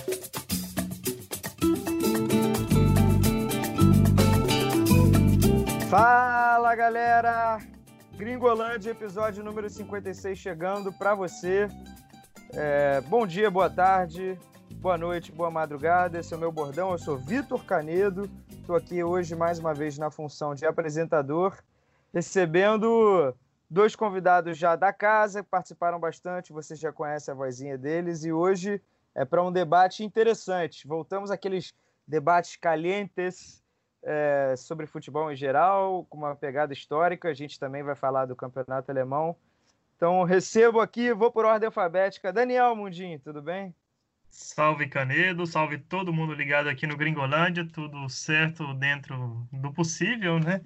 Fala, galera! Gringolândia, episódio número 56 chegando para você. Bom dia, boa tarde, boa noite, boa madrugada. Esse é o meu bordão, eu sou Vitor Canedo. Estou aqui hoje mais uma vez na função de apresentador, recebendo dois convidados já da casa, que participaram bastante, vocês já conhecem a vozinha deles, e hoje é para um debate interessante. Voltamos àqueles debates calientes sobre futebol em geral, com uma pegada histórica. A gente também vai falar do campeonato alemão. Então, recebo aqui, vou por ordem alfabética. Daniel Mundinho, tudo bem? Salve Canedo, salve todo mundo ligado aqui no Gringolândia, tudo certo dentro do possível, né?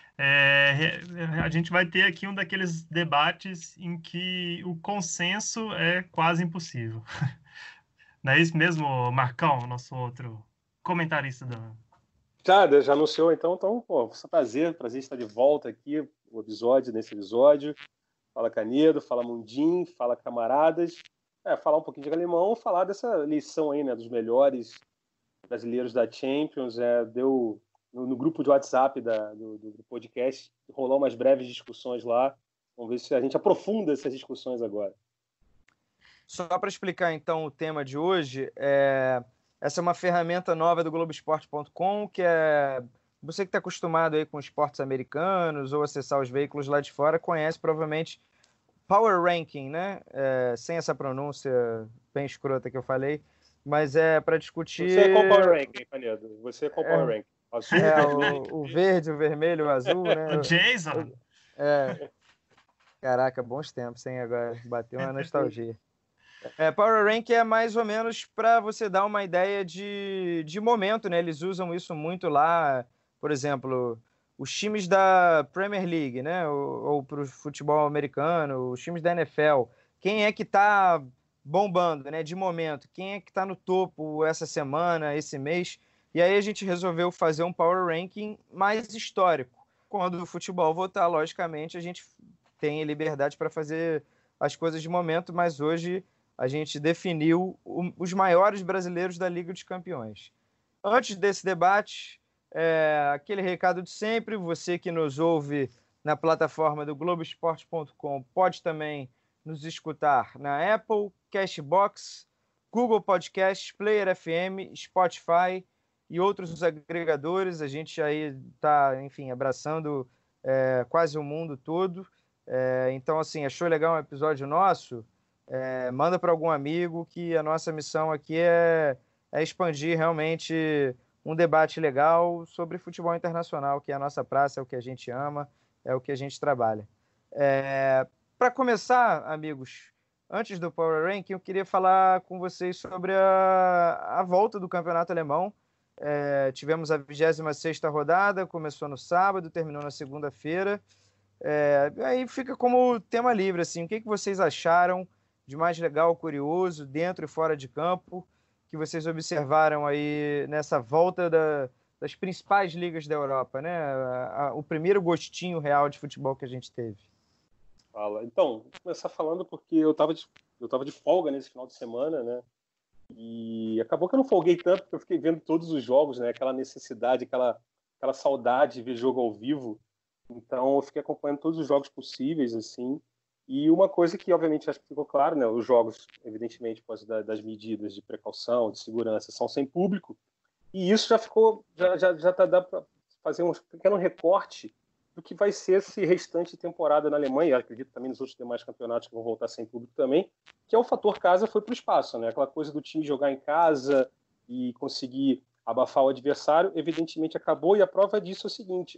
A gente vai ter aqui um daqueles debates em que o consenso é quase impossível. Não é isso mesmo, Marcão, nosso outro comentarista da... Já anunciou, então, pô, prazer estar de volta aqui, nesse episódio. Fala Canedo, fala Mundim, fala camaradas. Falar um pouquinho de alemão, falar dessa eleição aí, né, dos melhores brasileiros da Champions. Deu no grupo de WhatsApp do podcast, rolou umas breves discussões lá. Vamos ver se a gente aprofunda essas discussões agora. Só para explicar, então, o tema de hoje, essa é uma ferramenta nova do Globoesporte.com, que você que está acostumado aí com esportes americanos ou acessar os veículos lá de fora, conhece provavelmente Power Ranking, né? Sem essa pronúncia bem escrota que eu falei, mas é para discutir... Você é qual Power Ranking, Canedo? Você é qual Power Ranking? Azul, vermelho? O verde, o vermelho, o azul, né? O Jason! Caraca, bons tempos, hein? Agora bateu uma nostalgia. Power Rank é mais ou menos para você dar uma ideia de momento, né? Eles usam isso muito lá, por exemplo, os times da Premier League, né? Ou para o futebol americano, os times da NFL. Quem é que está bombando, né? De momento, quem é que está no topo essa semana, esse mês? E aí a gente resolveu fazer um Power Ranking mais histórico. Quando o futebol voltar, logicamente, a gente tem liberdade para fazer as coisas de momento, mas hoje a gente definiu os maiores brasileiros da Liga dos Campeões. Antes desse debate, aquele recado de sempre, você que nos ouve na plataforma do Globoesporte.com pode também nos escutar na Apple, Cashbox, Google Podcasts, Player FM, Spotify e outros agregadores. A gente aí está, enfim, abraçando quase o mundo todo. Então, assim, achou legal um episódio nosso? Manda para algum amigo, que a nossa missão aqui é expandir realmente um debate legal sobre futebol internacional, que é a nossa praça, é o que a gente ama, é o que a gente trabalha. Para começar, amigos, antes do Power Ranking, eu queria falar com vocês sobre a volta do campeonato alemão. Tivemos a 26ª rodada, começou no sábado, terminou na segunda-feira. Aí fica como tema livre, assim, o que vocês acharam de mais legal, curioso, dentro e fora de campo, que vocês observaram aí nessa volta das principais ligas da Europa, né? O primeiro gostinho real de futebol que a gente teve. Então, vou começar falando porque eu tava de folga nesse final de semana, né? E acabou que eu não folguei tanto, porque eu fiquei vendo todos os jogos, né? Aquela necessidade, aquela saudade de ver jogo ao vivo. Então, eu fiquei acompanhando todos os jogos possíveis, assim. E uma coisa que, obviamente, acho que ficou claro, né? Os jogos, evidentemente, por causa das medidas de precaução, de segurança, são sem público. E isso já dá para fazer um pequeno recorte do que vai ser esse restante de temporada na Alemanha, e acredito também nos outros demais campeonatos que vão voltar sem público também, que é o fator casa foi para o espaço, né? Aquela coisa do time jogar em casa e conseguir abafar o adversário, evidentemente acabou, e a prova disso é o seguinte,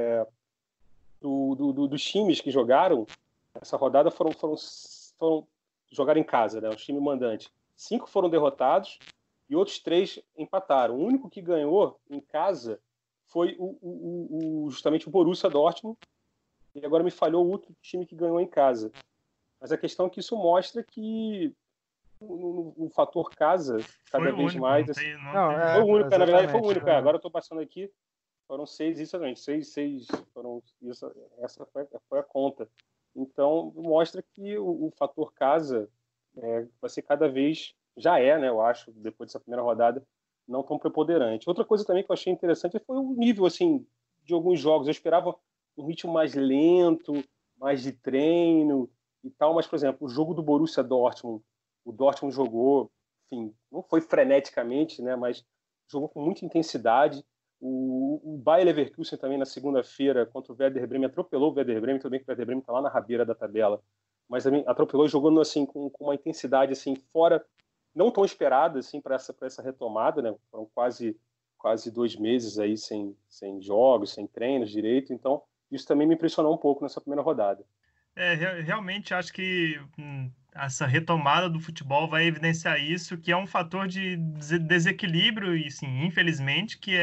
dos times que jogaram essa rodada foram jogar em casa, né? O time mandante. 5 foram derrotados e outros 3 empataram. O único que ganhou em casa foi justamente o Borussia Dortmund, e agora me falhou o outro time que ganhou em casa. Mas a questão é que isso mostra que o fator casa, cada vez mais... Foi o único, na verdade foi o único. Agora eu estou passando aqui, foram 6, exatamente, 6 foram, essa foi a conta. Então, mostra que o fator casa vai ser cada vez já é, né, eu acho, depois dessa primeira rodada, não tão preponderante. Outra coisa também que eu achei interessante foi o nível, assim, de alguns jogos. Eu esperava um ritmo mais lento, mais de treino e tal, mas, por exemplo, o jogo do Borussia Dortmund, o Dortmund jogou, enfim, não foi freneticamente, né, mas jogou com muita intensidade. O Bayer Leverkusen também na segunda-feira contra o Werder Bremen atropelou o Werder Bremen, tudo bem que o Werder Bremen está lá na rabeira da tabela, mas também atropelou e jogou assim com uma intensidade assim fora, não tão esperada assim para essa retomada, né? Foram quase 2 meses aí sem jogos, sem treinos direito, então isso também me impressionou um pouco nessa primeira rodada. Realmente acho que essa retomada do futebol vai evidenciar isso, que é um fator de desequilíbrio, e sim, infelizmente, que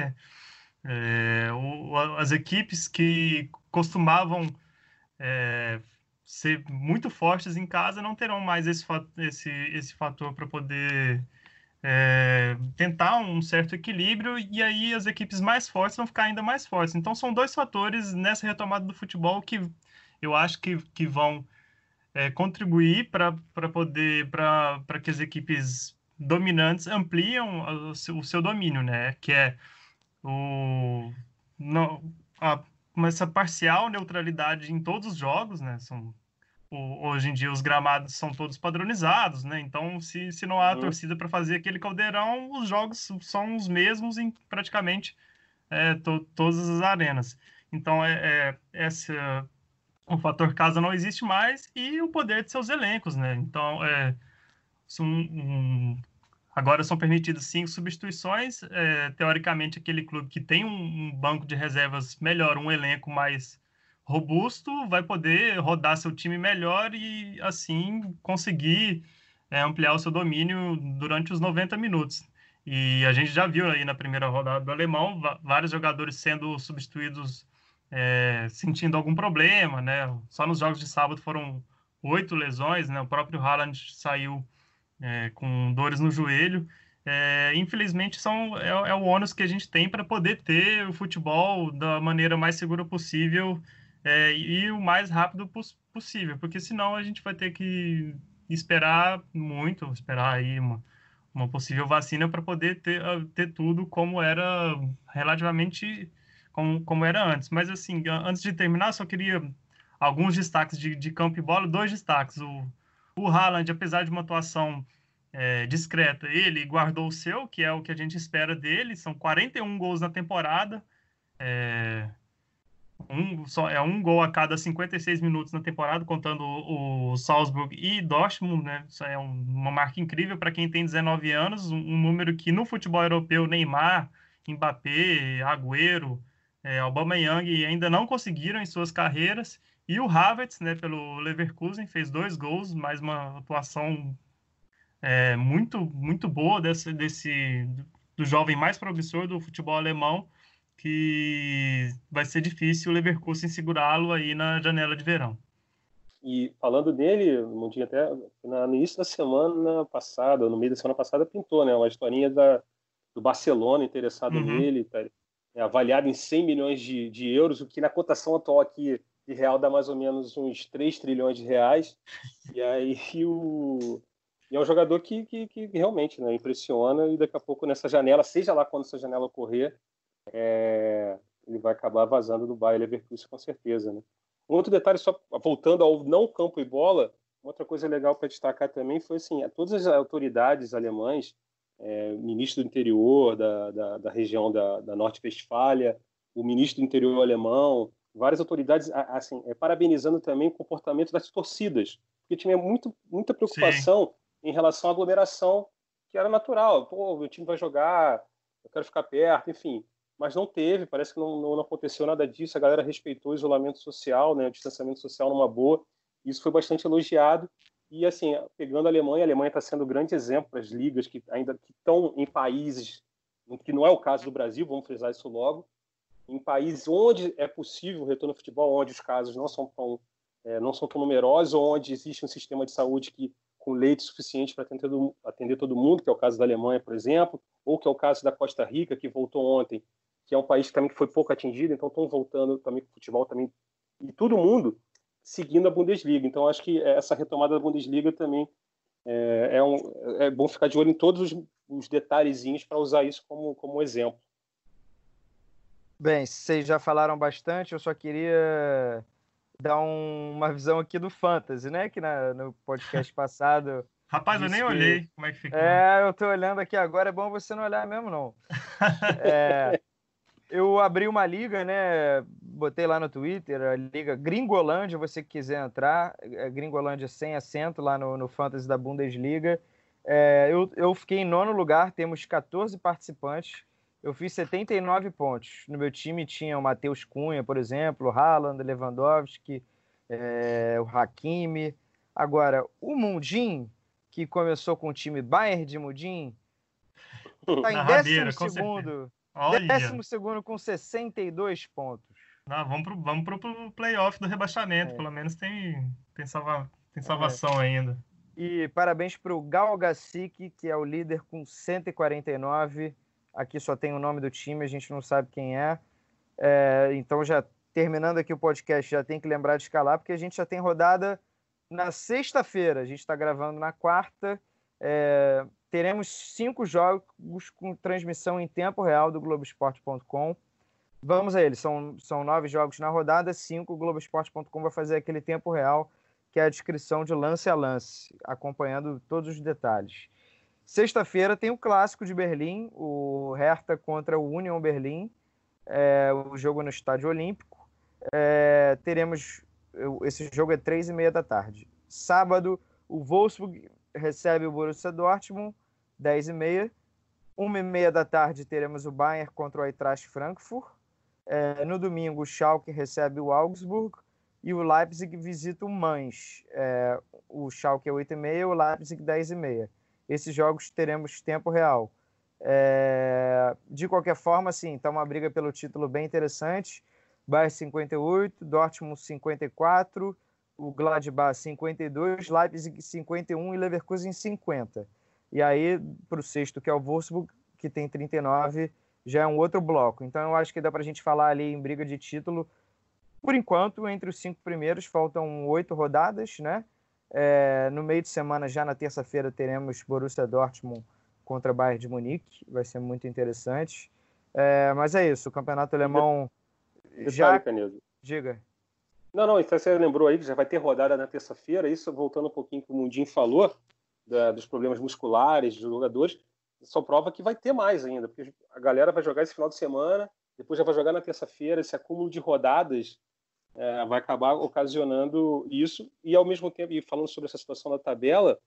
as equipes que costumavam ser muito fortes em casa não terão mais esse fator para poder tentar um certo equilíbrio, e aí as equipes mais fortes vão ficar ainda mais fortes. Então são dois fatores nessa retomada do futebol que eu acho que vão contribuir para que as equipes dominantes ampliam o seu domínio, né? Que é o não, a, essa parcial neutralidade em todos os jogos, né? Hoje em dia os gramados são todos padronizados, né? Então, se não há torcida para fazer aquele caldeirão, os jogos são os mesmos em praticamente todas as arenas. Então, o fator casa não existe mais, e o poder de seus elencos, né? Então, são, agora são permitidas 5 substituições. Teoricamente, aquele clube que tem um banco de reservas melhor, um elenco mais robusto, vai poder rodar seu time melhor e, assim, conseguir ampliar o seu domínio durante os 90 minutos. E a gente já viu aí na primeira rodada do Alemão vários jogadores sendo substituídos sentindo algum problema, né? Só nos jogos de sábado foram 8 lesões, né? O próprio Haaland saiu com dores no joelho. Infelizmente, é o ônus que a gente tem para poder ter o futebol da maneira mais segura possível e o mais rápido possível, porque senão a gente vai ter que esperar muito, esperar aí uma possível vacina para poder ter tudo como era relativamente como era antes. Mas, assim, antes de terminar, só queria alguns destaques de campo e bola. 2 destaques. O Haaland, apesar de uma atuação discreta, ele guardou o seu, que é o que a gente espera dele. São 41 gols na temporada. Um gol a cada 56 minutos na temporada, contando o Salzburg e Dortmund, né? Isso é uma marca incrível para quem tem 19 anos, um número que no futebol europeu Neymar, Mbappé, Agüero, Aubameyang ainda não conseguiram em suas carreiras. E o Havertz, né, pelo Leverkusen, fez 2 gols, mais uma atuação muito, muito boa do jovem mais promissor do futebol alemão, que vai ser difícil o Leverkusen segurá-lo aí na janela de verão. E falando dele, Mundinho, até no início da semana passada, no meio da semana passada, pintou, né, uma historinha do Barcelona interessado nele, tá, avaliado em 100 milhões de euros, o que na cotação atual aqui de real dá mais ou menos uns 3 trilhões de reais. E aí é um jogador que realmente, né, impressiona, e daqui a pouco nessa janela, seja lá quando essa janela ocorrer, ele vai acabar vazando do Bayer Leverkusen com certeza, né? Um outro detalhe, só voltando ao não campo e bola, outra coisa legal para destacar também foi assim, todas as autoridades alemãs, ministro do interior da região da Norte-Westfália, o ministro do interior alemão, várias autoridades assim, parabenizando também o comportamento das torcidas, porque tinha muita preocupação em relação à aglomeração, que era natural. Pô, meu time vai jogar, eu quero ficar perto, enfim. Mas não teve, parece que não aconteceu nada disso. A galera respeitou o isolamento social, né, o distanciamento social numa boa. Isso foi bastante elogiado. E, assim, pegando a Alemanha está sendo um grande exemplo para as ligas que ainda estão em países, que não é o caso do Brasil, vamos frisar isso logo, em países onde é possível o retorno ao futebol, onde os casos não são tão numerosos, onde existe um sistema de saúde com leite suficiente para atender todo mundo, que é o caso da Alemanha, por exemplo, ou que é o caso da Costa Rica, que voltou ontem, que é um país também que foi pouco atingido, então estão voltando também com o futebol também, e todo mundo seguindo a Bundesliga. Então acho que essa retomada da Bundesliga também é bom ficar de olho em todos os detalhezinhos para usar isso como exemplo. Bem, vocês já falaram bastante, eu só queria dar uma visão aqui do Fantasy, né? Que no podcast passado Rapaz, eu disse nem que... olhei como é que ficou. Eu tô olhando aqui agora, é bom você não olhar mesmo, não. Eu abri uma liga, né? Botei lá no Twitter, a liga Gringolândia, você que quiser entrar, Gringolândia sem acento lá no Fantasy da Bundesliga. Eu fiquei em 9º lugar, temos 14 participantes. Eu fiz 79 pontos. No meu time tinha o Matheus Cunha, por exemplo, o Haaland, Lewandowski, o Hakimi. Agora, o Mundim, que começou com o time Bayern de Mundim, está em Na rabeira, com certeza. 12º. Olha. 12º com 62 pontos. Não, vamos pro playoff do rebaixamento. Pelo menos tem salvação ainda. E parabéns para o Galgasik, que é o líder com 149. Aqui só tem o nome do time, a gente não sabe quem é. Então, já terminando aqui o podcast, já tem que lembrar de escalar, porque a gente já tem rodada na sexta-feira. A gente está gravando na quarta. Teremos 5 jogos com transmissão em tempo real do Globoesporte.com. Vamos a eles. São 9 jogos na rodada, 5. O Globoesporte.com vai fazer aquele tempo real, que é a descrição de lance a lance, acompanhando todos os detalhes. Sexta-feira tem o clássico de Berlim, o Hertha contra o Union Berlim, o jogo no Estádio Olímpico. Esse jogo é 3h30 da tarde. Sábado, o Wolfsburg recebe o Borussia Dortmund, 10h30. 1h30 da tarde teremos o Bayern contra o Eintracht Frankfurt. No domingo, o Schalke recebe o Augsburg e o Leipzig visita o Mainz. O Schalke é 8h30, o Leipzig 10h30. Esses jogos teremos tempo real. De qualquer forma, sim, está uma briga pelo título bem interessante. Bayern 58, Dortmund 54, o Gladbach 52, Leipzig 51 e Leverkusen 50. E aí, para o sexto, que é o Wolfsburg, que tem 39, já é um outro bloco. Então, eu acho que dá para a gente falar ali em briga de título. Por enquanto, entre os 5 primeiros, faltam 8 rodadas, né? No meio de semana, já na terça-feira, teremos Borussia Dortmund contra Bayern de Munique. Vai ser muito interessante. Mas é isso, o campeonato alemão já... Canedo. Diga. Não, então você lembrou aí que já vai ter rodada na terça-feira. Isso, voltando um pouquinho que o Mundinho falou, dos problemas musculares dos jogadores, só prova que vai ter mais ainda, porque a galera vai jogar esse final de semana, depois já vai jogar na terça-feira. Esse acúmulo de rodadas vai acabar ocasionando isso, e ao mesmo tempo, e falando sobre essa situação da tabela,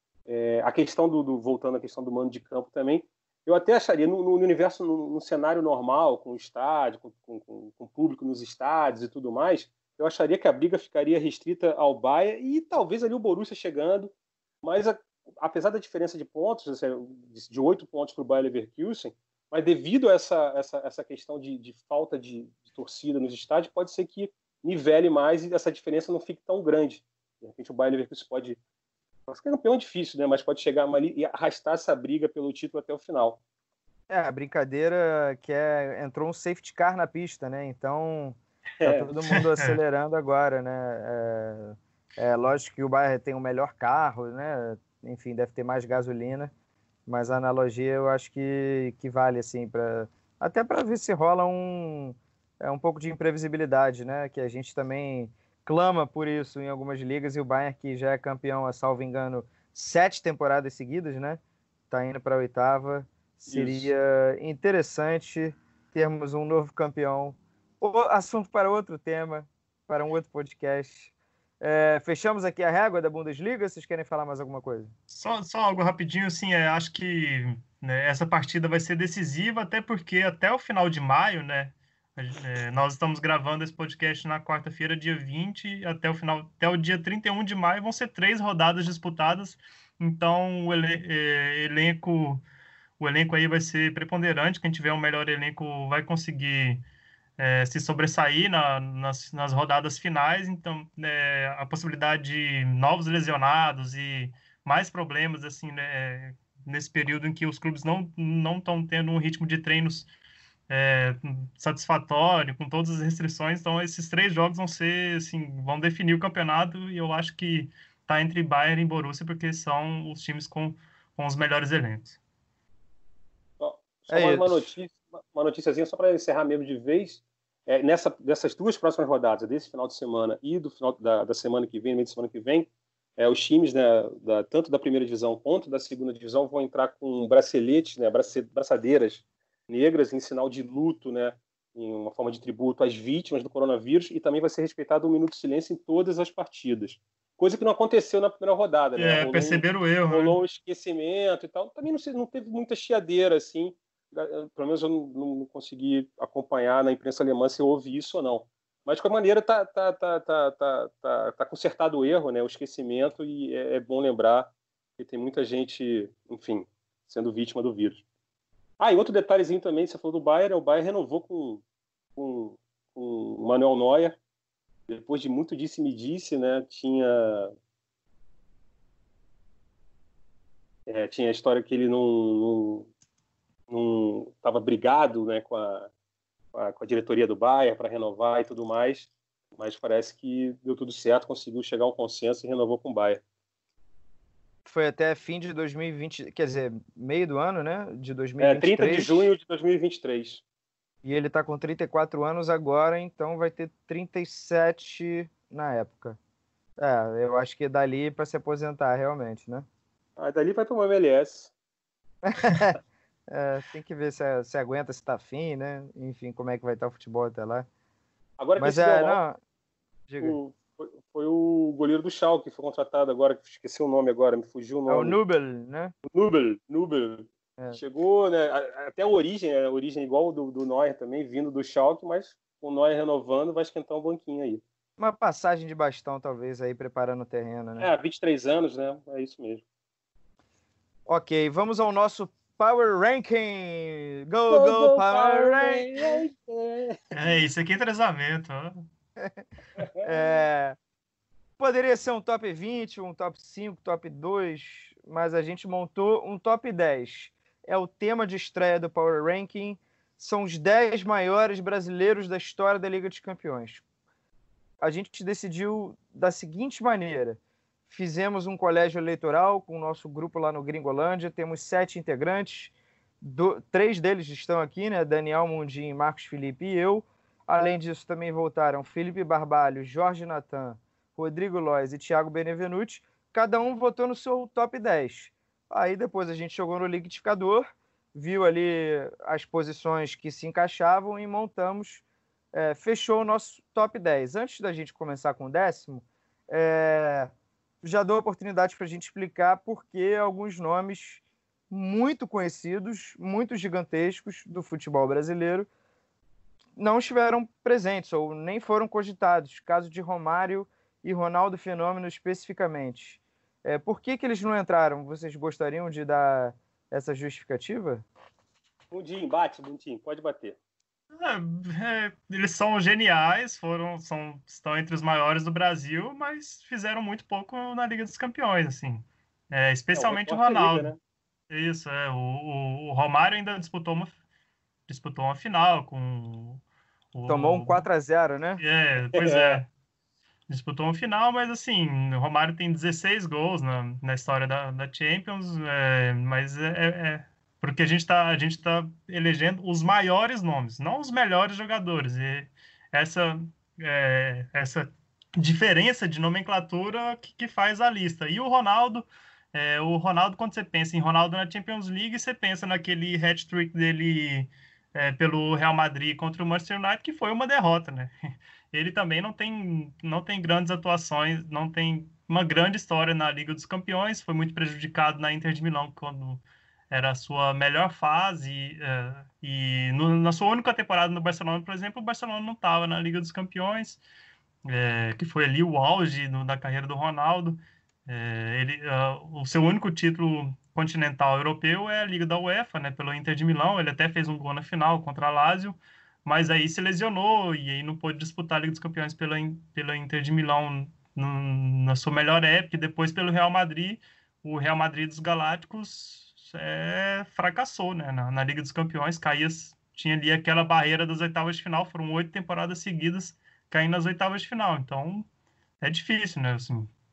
a questão voltando à questão do mando de campo também, eu até acharia, no universo, no cenário normal, com o estádio, com público nos estádios e tudo mais, eu acharia que a briga ficaria restrita ao Bayern e talvez ali o Borussia chegando, mas apesar da diferença de pontos, de 8 pontos para o Bayer Leverkusen, mas devido a essa questão de falta de torcida nos estádios, pode ser que nivele mais e essa diferença não fique tão grande. De repente o Bayer Leverkusen pode ser campeão, é difícil, né? Mas pode chegar ali e arrastar essa briga pelo título até o final. A brincadeira que entrou um safety car na pista, né? Então tá todo mundo acelerando agora, né? Lógico que o Bayern tem o melhor carro, né? Enfim, deve ter mais gasolina, mas a analogia eu acho que vale, assim, até para ver se rola um pouco de imprevisibilidade, né? Que a gente também clama por isso em algumas ligas, e o Bayern, que já é campeão, a salvo engano, 7 temporadas seguidas, né? Tá indo para a 8ª. Seria interessante termos um novo campeão. Assunto para outro tema, para um outro podcast. Fechamos aqui a régua da Bundesliga. Vocês querem falar mais alguma coisa? Só algo rapidinho, assim, acho que essa partida vai ser decisiva, até porque até o final de maio, né, nós estamos gravando esse podcast na quarta-feira, dia 20, até o dia 31 de maio vão ser 3 rodadas disputadas, então o elenco aí vai ser preponderante. Quem tiver o melhor elenco vai conseguir se sobressair nas rodadas finais. Então, a possibilidade de novos lesionados e mais problemas, assim, né, nesse período em que os clubes não estão tendo um ritmo de treinos satisfatório, com todas as restrições. Então, esses 3 jogos vão ser, assim, vão definir o campeonato, e eu acho que tá entre Bayern e Borussia, porque são os times com os melhores elencos. Só uma noticiazinha só para encerrar mesmo de vez. Dessas duas próximas rodadas, desse final de semana e do final da semana que vem, meio de semana que vem, os times, né, tanto da primeira divisão quanto da segunda divisão vão entrar com braceletes, né, braçadeiras negras em sinal de luto, né, em uma forma de tributo às vítimas do coronavírus, e também vai ser respeitado 1 minuto de silêncio em todas as partidas. Coisa que não aconteceu na primeira rodada, né? Perceberam o erro, rolou né? um esquecimento e tal. Também não teve muita chiadeira, assim. Pelo menos eu não consegui acompanhar na imprensa alemã se houve isso ou não. Mas, de qualquer maneira, tá consertado o erro, né? O esquecimento, e é bom lembrar que tem muita gente, enfim, sendo vítima do vírus. E outro detalhezinho também, você falou do Bayern, o Bayern renovou com o Manuel Neuer, depois de muito disse-me-disse, né? Tinha a história que ele não estava brigado, né, com a diretoria do Bayern para renovar e tudo mais, mas parece que deu tudo certo, conseguiu chegar a um consenso e renovou com o Bayern. Foi até fim de 2020, quer dizer, meio do ano, né? De 2023. 30 de junho de 2023. E ele está com 34 anos agora, então vai ter 37 na época. Eu acho que é dali para se aposentar, realmente, né? Dali vai para o MLS. Tem que ver se aguenta, se tá afim, né? Enfim, como é que vai estar o futebol até lá. Agora, mas diga. Foi o goleiro do Schalke que foi contratado agora, que esqueci o nome agora, me fugiu o nome. O Nubel, né? Nubel. Chegou, né? Até a origem igual do Neuer também, vindo do Schalke, mas com o Neuer renovando, vai esquentar um banquinho aí. Uma passagem de bastão, talvez, aí, preparando o terreno, né? 23 anos, né? É isso mesmo. Ok, vamos ao nosso Power Ranking! Go, Power Ranking! Isso aqui é entrosamento. Poderia ser um top 20, um top 5, top 2, mas a gente montou um top 10. É o tema de estreia do Power Ranking. São os 10 maiores brasileiros da história da Liga dos Campeões. A gente decidiu da seguinte maneira. Fizemos um colégio eleitoral com o nosso grupo lá no Gringolândia. Temos 7 integrantes. 3 deles estão aqui, né? Daniel Mundim, Marcos Felipe e eu. Além disso, também voltaram Felipe Barbalho, Jorge Natan, Rodrigo Lois e Thiago Benevenuti. Cada um votou no seu top 10. Aí depois a gente jogou no liquidificador, viu ali as posições que se encaixavam e montamos, fechou o nosso top 10. Antes da gente começar com o 10º, já dou a oportunidade para a gente explicar por que alguns nomes muito conhecidos, muito gigantescos do futebol brasileiro não estiveram presentes ou nem foram cogitados. Caso de Romário e Ronaldo Fenômeno especificamente. Por que eles não entraram? Vocês gostariam de dar essa justificativa? Mundim, pode bater. Eles são geniais, estão entre os maiores do Brasil, mas fizeram muito pouco na Liga dos Campeões, assim. Especialmente o Ronaldo. Liga, né? Isso, o Romário ainda disputou uma final com Tomou um 4-0, né? Pois é. Disputou uma final, mas assim, o Romário tem 16 gols na história da Champions, mas porque a gente tá elegendo os maiores nomes, não os melhores jogadores. E essa diferença de nomenclatura que faz a lista. E o Ronaldo, quando você pensa em Ronaldo na Champions League, você pensa naquele hat-trick dele pelo Real Madrid contra o Manchester United, que foi uma derrota, né? Ele também não tem grandes atuações, não tem uma grande história na Liga dos Campeões, foi muito prejudicado na Inter de Milão quando era a sua melhor fase, na sua única temporada no Barcelona, por exemplo, o Barcelona não estava na Liga dos Campeões, que foi ali o auge da carreira do Ronaldo. O seu único título continental europeu é a Liga da UEFA, né, pelo Inter de Milão. Ele até fez um gol na final contra a Lazio, mas aí se lesionou e aí não pôde disputar a Liga dos Campeões pela Inter de Milão na sua melhor época, e depois pelo Real Madrid. O Real Madrid dos Galácticos fracassou, né, na Liga dos Campeões, tinha ali aquela barreira das oitavas de final, foram 8 temporadas seguidas caindo nas oitavas de final, então é difícil, né, assim.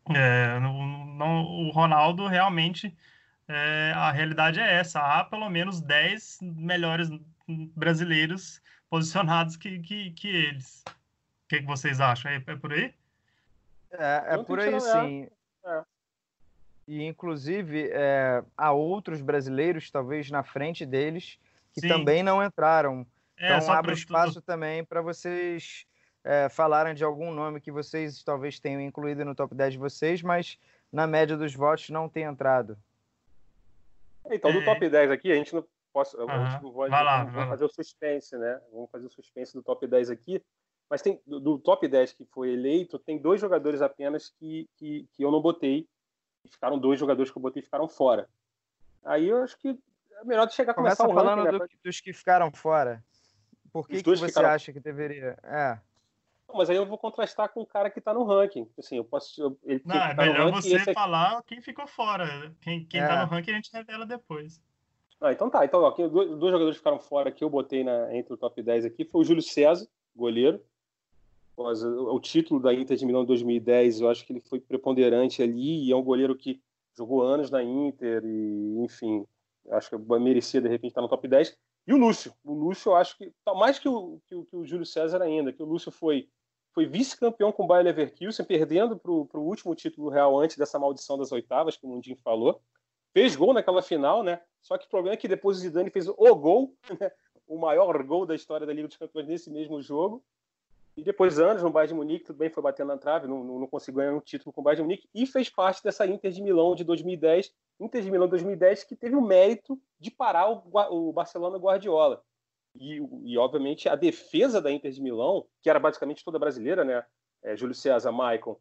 O Ronaldo realmente, a realidade é essa. Há pelo menos 10 melhores brasileiros posicionados que eles. O que vocês acham? É por aí? É Não tem por que aí, tirar. sim. É. E, inclusive, há outros brasileiros, talvez na frente deles, que Sim. também não entraram. Então, Só abre para espaço também para vocês falarem de algum nome que vocês talvez tenham incluído no top 10 de vocês, mas na média dos votos não tem entrado. Então, do top 10 aqui, a gente não Vai lá. vamos fazer o suspense, né? Vamos fazer o suspense do top 10 aqui. Mas tem do top 10 que foi eleito, tem 2 jogadores apenas que eu não botei. Ficaram 2 jogadores que eu botei e ficaram fora. Aí eu acho que é melhor de chegar a começar Começa o ranking, falando né? dos que ficaram fora. Por Os que dois você ficaram. acha que deveria? Mas aí eu vou contrastar com o cara que está no ranking. Assim, ele Não, é tá no melhor ranking e você esse aqui. falar quem ficou fora. Quem tá no É, ranking a gente revela depois. Então tá. Então, ó, aqui, dois jogadores que ficaram fora que eu botei entre o top 10 aqui foi o Júlio César, goleiro. O título da Inter de Milão em 2010, eu acho que ele foi preponderante ali e é um goleiro que jogou anos na Inter e, enfim, acho que merecia de repente estar no top 10. E o Lúcio. O Lúcio, eu acho que, mais que o Júlio César ainda, que o Lúcio foi vice-campeão com o Bayer Leverkusen, perdendo para o último título real antes dessa maldição das oitavas, que o Mundinho falou. Fez gol naquela final, né? Só que o problema é que depois o Zidane fez o gol, né? O maior gol da história da Liga dos Campeões nesse mesmo jogo. E depois, anos no Bayern de Munique, tudo bem, foi batendo na trave, não conseguiu ganhar um título com o Bayern de Munique, e fez parte dessa Inter de Milão de 2010, Inter de Milão de 2010, que teve o mérito de parar o Barcelona Guardiola. E, obviamente, a defesa da Inter de Milão, que era basicamente toda brasileira, né? Júlio César, Maicon,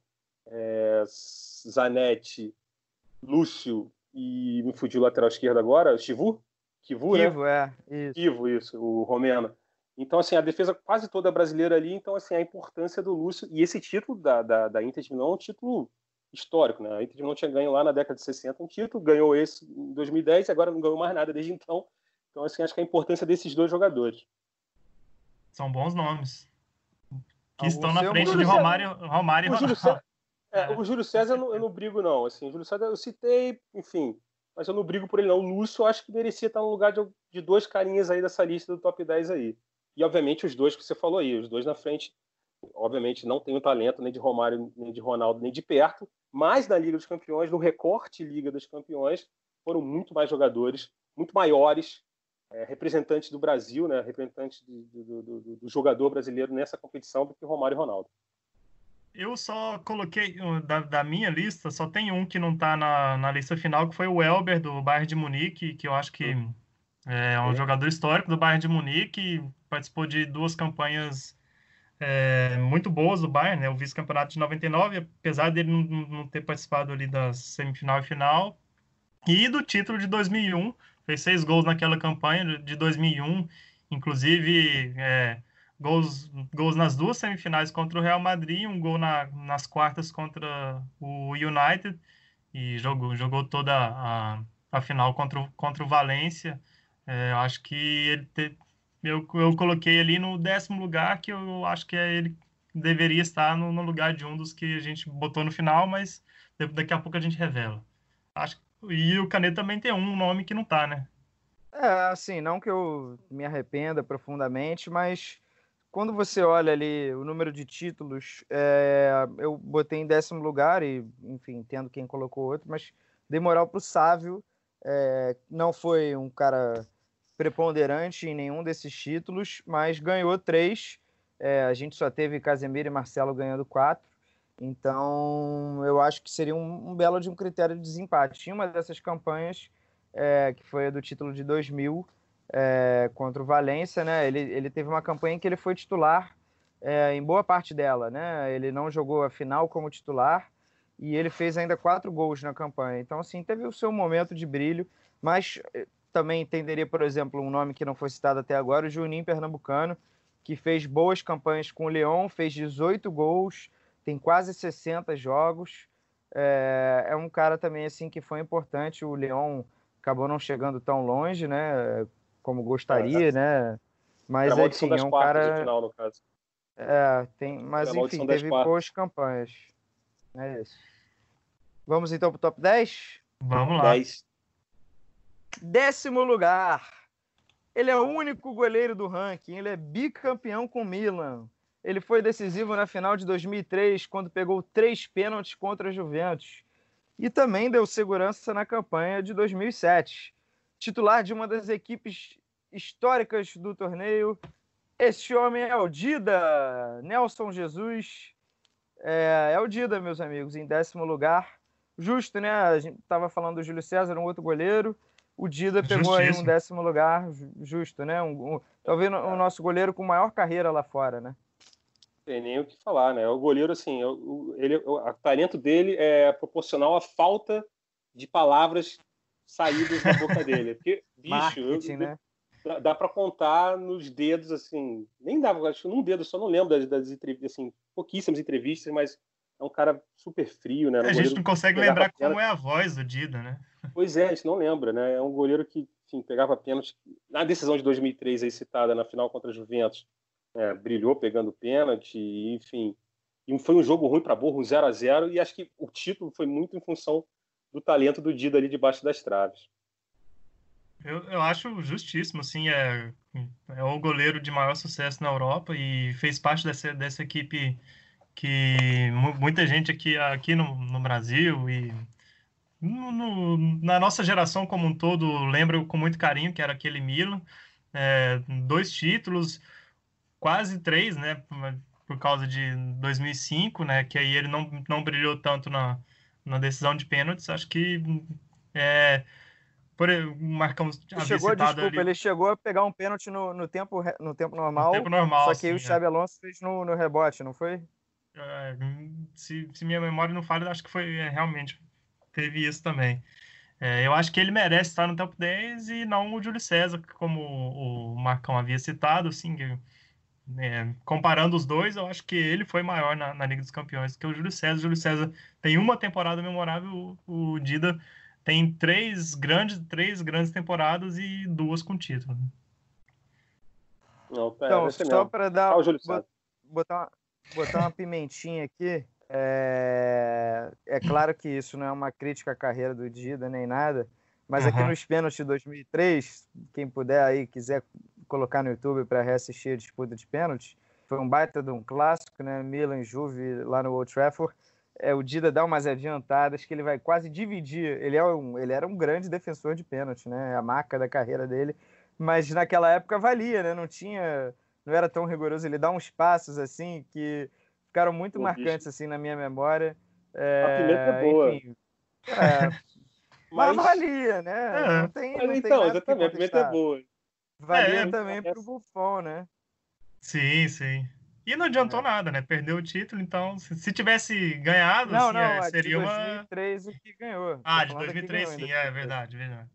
Zanetti, Lúcio, e me fugiu o lateral esquerdo agora, Kivu, né? Isso. Kivu, isso, o romeno. Então, assim, a defesa quase toda brasileira ali, então, assim, a importância do Lúcio, e esse título da Inter de Milão é um título histórico, né? A Inter de Milão tinha ganho lá na década de 60 um título, ganhou esse em 2010 e agora não ganhou mais nada desde então. Então, assim, acho que a importância desses dois jogadores. São bons nomes. Que Algum estão na seu, frente de Murilo? Romário e Ronaldo. O Júlio César eu não brigo, não. Assim, o Júlio César eu citei, enfim, mas eu não brigo por ele, não. O Lúcio eu acho que merecia estar no lugar de dois carinhas aí dessa lista do top 10 aí. E, obviamente, os dois que você falou aí, os dois na frente, obviamente, não tem o talento nem de Romário, nem de Ronaldo, nem de perto, mas na Liga dos Campeões, no recorte Liga dos Campeões, foram muito mais jogadores, muito maiores, representantes do Brasil, né, representantes do jogador brasileiro nessa competição do que Romário e Ronaldo. Eu só coloquei, da minha lista, só tem um que não está na lista final, que foi o Elber, do Bayern de Munique, que eu acho que é um jogador histórico do Bayern de Munique, participou de 2 campanhas muito boas do Bayern, né? O vice-campeonato de 99, apesar dele não ter participado ali da semifinal e final, e do título de 2001, fez 6 gols naquela campanha de 2001, inclusive gols nas 2 semifinais contra o Real Madrid, um gol nas quartas contra o United, e jogou toda a final contra o Valência. Acho que eu coloquei ali no 10º lugar, que eu acho que ele deveria estar no lugar de um dos que a gente botou no final, mas daqui a pouco a gente revela. E o Caneta também tem um nome que não tá, né? Assim, não que eu me arrependa profundamente, mas quando você olha ali o número de títulos, eu botei em 10º lugar e, enfim, entendo quem colocou outro, mas dei moral pro Sávio, não foi um cara preponderante em nenhum desses títulos, mas ganhou 3. A gente só teve Casemiro e Marcelo ganhando 4. Então, eu acho que seria um belo de um critério de desempate. Em uma dessas campanhas, que foi a do título de 2000, contra o Valência, né? Ele teve uma campanha em que ele foi titular em boa parte dela, né? Ele não jogou a final como titular e ele fez ainda 4 gols na campanha. Então, assim, teve o seu momento de brilho, mas também entenderia, por exemplo, um nome que não foi citado até agora, o Juninho Pernambucano, que fez boas campanhas com o Lyon, fez 18 gols, tem quase 60 jogos. É um cara também assim que foi importante. O Lyon acabou não chegando tão longe, né, como gostaria, né? Mas Era a maldição enfim, das é um quartas de cara. final, no caso. Mas Era a enfim, maldição das teve quartas. boas campanhas. É isso. Vamos então para o top 10? Vamos lá. 10. 10º lugar. Ele é o único goleiro do ranking. Ele é bicampeão com o Milan. Ele foi decisivo na final de 2003, quando pegou 3 pênaltis contra a Juventus. E também deu segurança na campanha de 2007. Titular de uma das equipes históricas do torneio. Este homem é o Dida, Nelson Jesus. É o Dida, meus amigos, em 10º lugar. Justo, né? A gente estava falando do Júlio César, um outro goleiro. O Dida pegou aí um 10º lugar, justo, né? Talvez o nosso goleiro com maior carreira lá fora, né? Tem nem o que falar, né? O goleiro, assim, o talento dele é proporcional à falta de palavras saídas da boca dele. Porque, bicho, né? Dá para contar nos dedos, assim, nem dá, acho que num dedo, só não lembro das entrevistas, assim, pouquíssimas entrevistas, mas é um cara super frio, né? A gente não consegue lembrar como é a voz do Dida, né? Pois é, a gente não lembra, né? É um goleiro que, enfim, pegava pênalti. Na decisão de 2003, aí citada, na final contra a Juventus, brilhou pegando pênalti, enfim. E foi um jogo ruim para burro, um 0-0, e acho que o título foi muito em função do talento do Dida ali debaixo das traves. Eu acho justíssimo, assim, é o goleiro de maior sucesso na Europa e fez parte dessa equipe que muita gente aqui no Brasil e na nossa geração como um todo lembra com muito carinho, que era aquele Milan. 2 títulos, quase 3, né, por causa de 2005, né, que aí ele não brilhou tanto na decisão de pênaltis. Acho que o Marcão havia citado ali ele chegou a pegar um pênalti no tempo normal, tempo normal, só que aí sim, o Xabi Alonso fez no rebote, não foi? Se minha memória não falha, acho que foi realmente teve isso também. Eu acho que ele merece estar no top 10 e não o Júlio César, como o Marcão havia citado, assim, comparando os dois, eu acho que ele foi maior na Liga dos Campeões que o Júlio César. O Júlio César tem uma temporada memorável, o Dida tem três grandes temporadas e 2 com título. Não, então, só para botar uma pimentinha aqui, é claro que isso não é uma crítica à carreira do Dida nem nada, mas aqui nos pênaltis de 2003, quem puder aí, quiser colocar no YouTube para reassistir a disputa de pênaltis, foi um baita de um clássico, né? Milan e Juve lá no Old Trafford. O Dida dá umas adiantadas que ele vai quase dividir. Ele era um grande defensor de pênalti, né? A marca da carreira dele. Mas naquela época valia, né? Não era tão rigoroso. Ele dá uns passos assim que ficaram muito marcantes assim na minha memória. A pimenta é boa. Enfim, mas valia, né? Não tem então, nada exatamente, a pimenta é boa. Valia também pro Buffon, né? Sim, sim. E não adiantou nada, né? Perdeu o título, então se tivesse ganhado, não, assim, seria de 2003 o que ganhou. De 2003, sim, é verdade.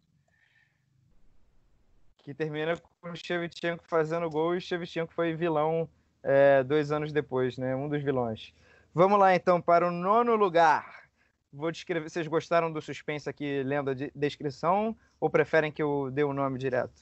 Que termina com o Shevchenko fazendo gol e o Shevchenko foi vilão 2 anos depois, né? Um dos vilões. Vamos lá, então, para o 9º lugar. Vou descrever. Vocês gostaram do suspense aqui, lendo a descrição, ou preferem que eu dê o nome direto?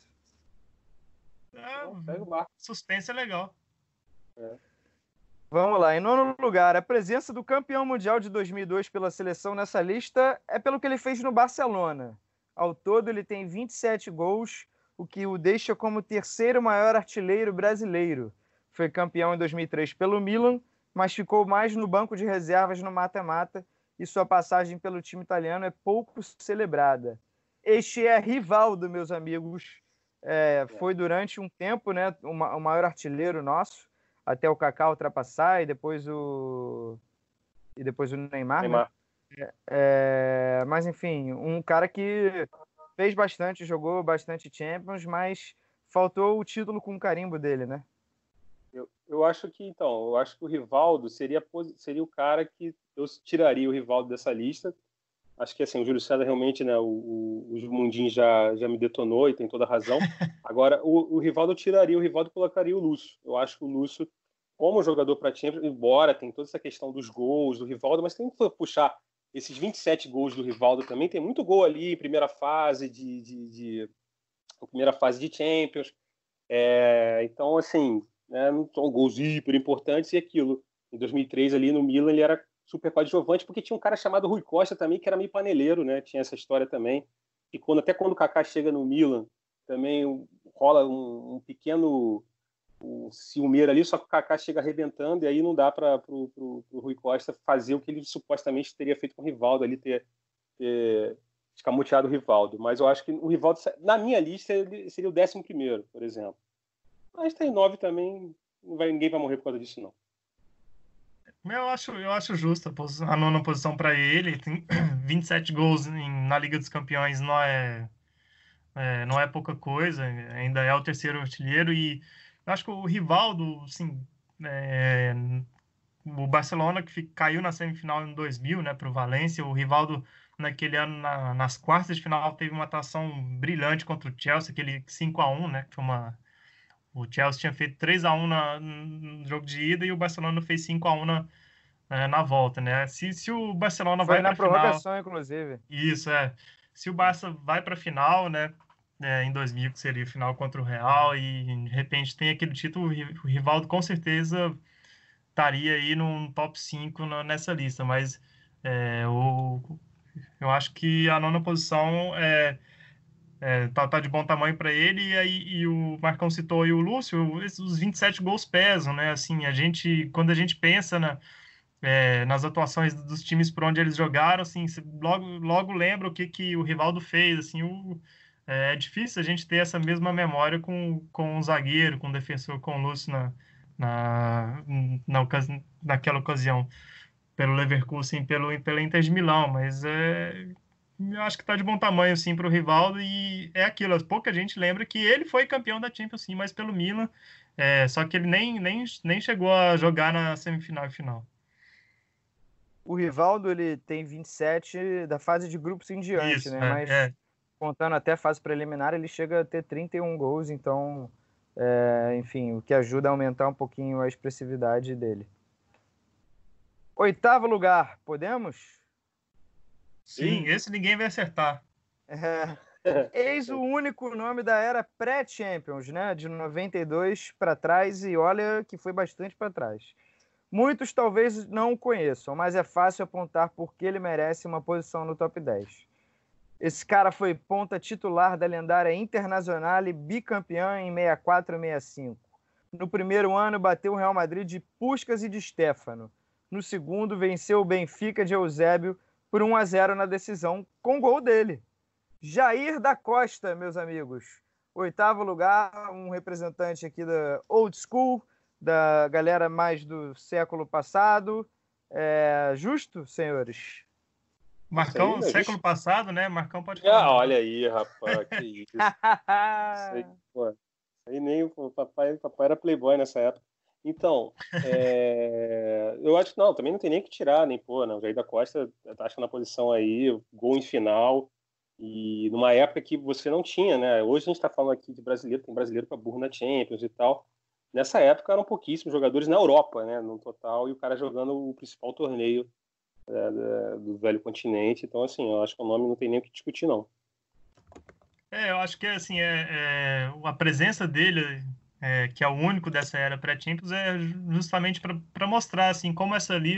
Suspense é legal. Vamos lá. Em 9º lugar, a presença do campeão mundial de 2002 pela seleção nessa lista é pelo que ele fez no Barcelona. Ao todo, ele tem 27 gols, o que o deixa como o 3º maior artilheiro brasileiro. Foi campeão em 2003 pelo Milan, mas ficou mais no banco de reservas no mata-mata e sua passagem pelo time italiano é pouco celebrada. Este é Rivaldo, meus amigos. Foi durante um tempo, né, o maior artilheiro nosso, até o Kaká ultrapassar e depois o Neymar. Né? Mas, enfim, um cara que fez bastante, jogou bastante Champions, mas faltou o título com o carimbo dele, né? Eu acho que o Rivaldo seria o cara que eu tiraria o Rivaldo dessa lista. Acho que assim, o Júlio César realmente, né, o Mundinho já me detonou e tem toda a razão. Agora, o Rivaldo eu tiraria, o Rivaldo colocaria o Lúcio. Eu acho que o Lúcio, como jogador para Champions, embora tem toda essa questão dos gols do Rivaldo, mas tem que puxar esses 27 gols do Rivaldo também, tem muito gol ali em primeira fase primeira fase de Champions. Então, assim, né, não são gols hiper importantes e aquilo. Em 2003, ali no Milan, ele era super coadjuvante, porque tinha um cara chamado Rui Costa também, que era meio paneleiro, né? Tinha essa história também. E até quando o Kaká chega no Milan, também rola um pequeno ciumeiro ali, só que o Kaká chega arrebentando, e aí não dá para o Rui Costa fazer o que ele supostamente teria feito com o Rivaldo ali, ter escamoteado o Rivaldo. Mas eu acho que o Rivaldo, na minha lista, ele seria o 11º, por exemplo. Mas tem 9 também, ninguém vai morrer por causa disso, não. Eu acho justa a 9ª posição para ele. Tem 27 gols na Liga dos Campeões, não é pouca coisa, ainda é o 3º artilheiro. E eu acho que o Rivaldo, assim, o Barcelona que caiu na semifinal em 2000, né, para o Valência. O Rivaldo, naquele ano, nas quartas de final, teve uma atuação brilhante contra o Chelsea, aquele 5-1, né, que foi o Chelsea tinha feito 3-1 no jogo de ida e o Barcelona fez 5-1 na volta, né? Se o Barcelona Foi vai para na a final... prorrogação, inclusive. Isso, Se o Barça vai para a final, né, em 2000, que seria a final contra o Real, e de repente tem aquele título, o Rivaldo com certeza estaria aí num top 5 nessa lista, mas eu acho que a 9ª posição tá de bom tamanho para ele, e o Marcão citou aí o Lúcio, os 27 gols pesam, né? Assim, quando a gente pensa nas atuações dos times por onde eles jogaram, assim, logo lembra o que o Rivaldo fez, assim, é difícil a gente ter essa mesma memória com um zagueiro, com um defensor, com o Lúcio naquela ocasião, pelo Leverkusen, pela Inter de Milão, mas eu acho que tá de bom tamanho, sim, para o Rivaldo, e é aquilo, pouca gente lembra que ele foi campeão da Champions, sim, mas pelo Milan, só que ele nem chegou a jogar na semifinal e final. O Rivaldo, ele tem 27 da fase de grupos em diante, Isso, né? Mas contando até a fase preliminar, ele chega a ter 31 gols, então, enfim, o que ajuda a aumentar um pouquinho a expressividade dele. 8º lugar, podemos? Sim, esse ninguém vai acertar. Eis o único nome da era pré-Champions, né? De 92 para trás, e olha que foi bastante para trás. Muitos talvez não o conheçam, mas é fácil apontar porque ele merece uma posição no top 10. Esse cara foi ponta titular da lendária Internazionale, bicampeã em 64 e 65. No primeiro ano, bateu o Real Madrid de Puskás e de Stéfano. No segundo, venceu o Benfica de Eusébio por 1-0 na decisão, com gol dele. Jair da Costa, meus amigos. 8º lugar, um representante aqui da Old School, da galera mais do século passado. Justo, senhores? Marcão, século passado, né? Marcão pode falar. Olha aí, rapaz, que isso. Aí nem o papai era playboy nessa época. Então, eu acho que não, também não tem nem que tirar, nem pôr, não. O Jair da Costa, acho que na posição aí, gol em final, e numa época que você não tinha, né? Hoje a gente está falando aqui de brasileiro, tem brasileiro para burro na Champions e tal. Nessa época eram pouquíssimos jogadores na Europa, né? No total, e o cara jogando o principal torneio do velho continente. Então, assim, eu acho que o nome não tem nem o que discutir, não. Eu acho que assim, a presença dele, que é o único dessa era pré-Champions, é justamente para mostrar assim, como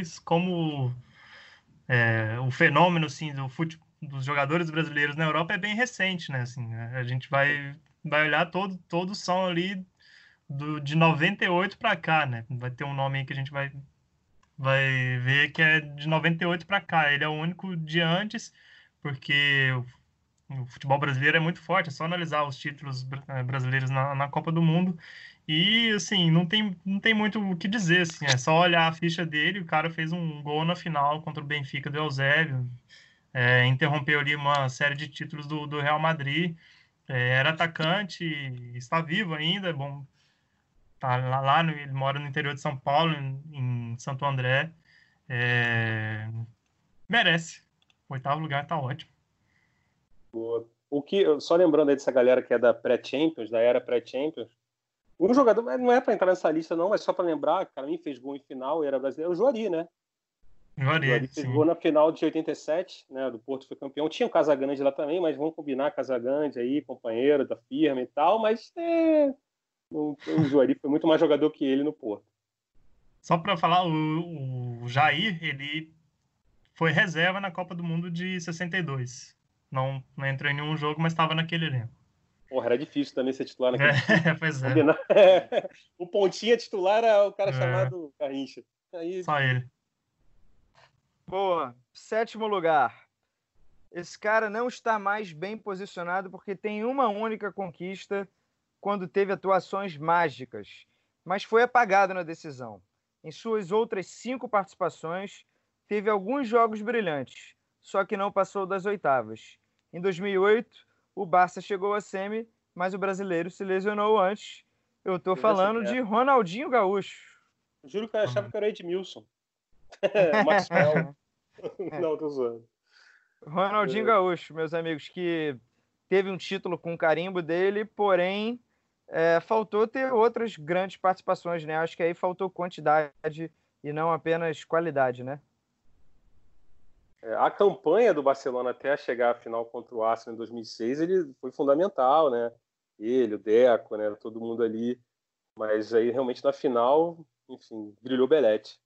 o fenômeno assim, dos jogadores brasileiros na Europa é bem recente, né? Assim, a gente vai olhar, todos são ali de 98 para cá, né? Vai ter um nome aí que a gente vai ver que é de 98 para cá. Ele é o único de antes, porque o futebol brasileiro é muito forte, é só analisar os títulos brasileiros na Copa do Mundo. E, assim, não tem muito o que dizer, assim, é só olhar a ficha dele. O cara fez um gol na final contra o Benfica do Eusébio, interrompeu ali uma série de títulos do Real Madrid, era atacante, está vivo ainda, é bom. Tá ele mora no interior de São Paulo, em Santo André. Merece. 8º lugar tá ótimo. Boa. Só lembrando aí dessa galera que é da pré-Champions, da era pré-Champions, um jogador, não é para entrar nessa lista não, mas só para lembrar, cara, mim fez gol em final e era brasileiro, o Juari, né? Juari fez gol na final de 87, né? Do Porto foi campeão. Tinha o Casagrande lá também, mas vamos combinar, Casagrande aí, companheiro da firma e tal, mas o Juari foi muito mais jogador que ele no Porto. Só para falar, o Jair, ele foi reserva na Copa do Mundo de 62. Não entrou em nenhum jogo, mas estava naquele elenco. Porra, era difícil também ser titular naquele time. Pois é. O pontinha titular era o cara É. chamado Garrincha. Aí, Só ele. Boa. 7º lugar. Esse cara não está mais bem posicionado porque tem uma única conquista quando teve atuações mágicas, mas foi apagado na decisão. Em suas outras 5 participações, teve alguns jogos brilhantes, só que não passou das oitavas. Em 2008, o Barça chegou à semi, mas o brasileiro se lesionou antes. Eu estou falando de Ronaldinho Gaúcho. Juro que eu achava que era Edmilson. Maxwell. Não, tô zoando. Ronaldinho Gaúcho, meus amigos, que teve um título com carimbo dele, porém faltou ter outras grandes participações, né? Acho que aí faltou quantidade e não apenas qualidade, né? A campanha do Barcelona até chegar à final contra o Arsenal em 2006, ele foi fundamental, né? Ele, o Deco, né? Todo mundo ali. Mas aí, realmente, na final, enfim, brilhou Belete.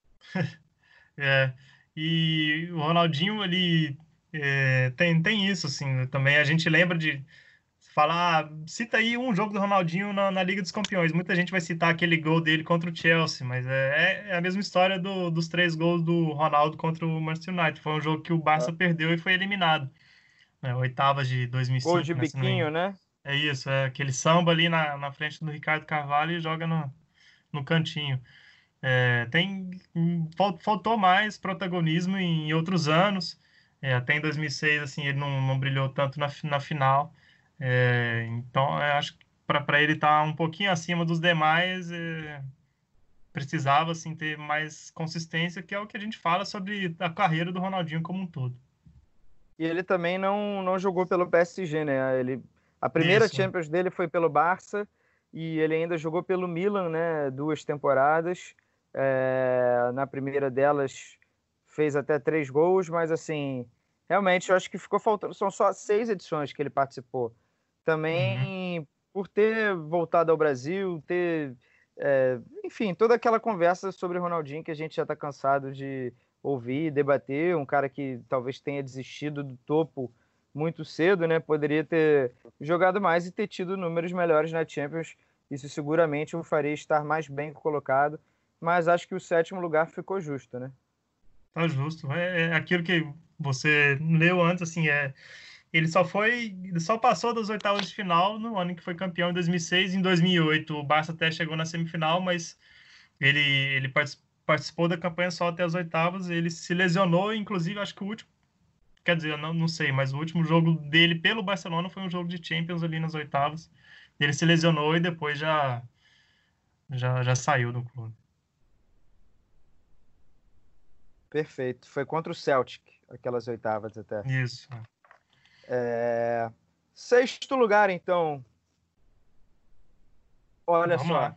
E o Ronaldinho, ele tem isso, assim, também a gente lembra de falar, cita aí um jogo do Ronaldinho na Liga dos Campeões. Muita gente vai citar aquele gol dele contra o Chelsea, mas é a mesma história dos 3 gols do Ronaldo contra o Manchester United. Foi um jogo que o Barça perdeu e foi eliminado. Oitavas de 2005. Gol de biquinho, né? É isso, aquele samba ali na frente do Ricardo Carvalho e joga no cantinho. Faltou mais protagonismo em outros anos. Até em 2006, assim, ele não brilhou tanto na final. Então, eu acho que para ele estar um pouquinho acima dos demais, precisava assim, ter mais consistência, que é o que a gente fala sobre a carreira do Ronaldinho como um todo. E ele também não jogou pelo PSG, né? A primeira Isso. Champions dele foi pelo Barça e ele ainda jogou pelo Milan, né? 2 temporadas. Na primeira delas fez até 3 gols, mas assim, realmente eu acho que ficou faltando. São só 6 edições que ele participou. Também por ter voltado ao Brasil, enfim, toda aquela conversa sobre Ronaldinho que a gente já está cansado de ouvir, debater, um cara que talvez tenha desistido do topo muito cedo, né? Poderia ter jogado mais e ter tido números melhores na Champions. Isso seguramente o faria estar mais bem colocado, mas acho que o 7º lugar ficou justo, né? Tá justo. É aquilo que você leu antes, assim, ele só passou das oitavas de final no ano em que foi campeão, em 2006. Em 2008, o Barça até chegou na semifinal, mas ele participou da campanha só até as oitavas. Ele se lesionou, inclusive, acho que o último, quer dizer, eu não sei, mas o último jogo dele pelo Barcelona foi um jogo de Champions ali nas oitavas. Ele se lesionou e depois já saiu do clube. Perfeito. Foi contra o Celtic, aquelas oitavas até. Isso. 6º lugar, então. Olha Vamos só. lá.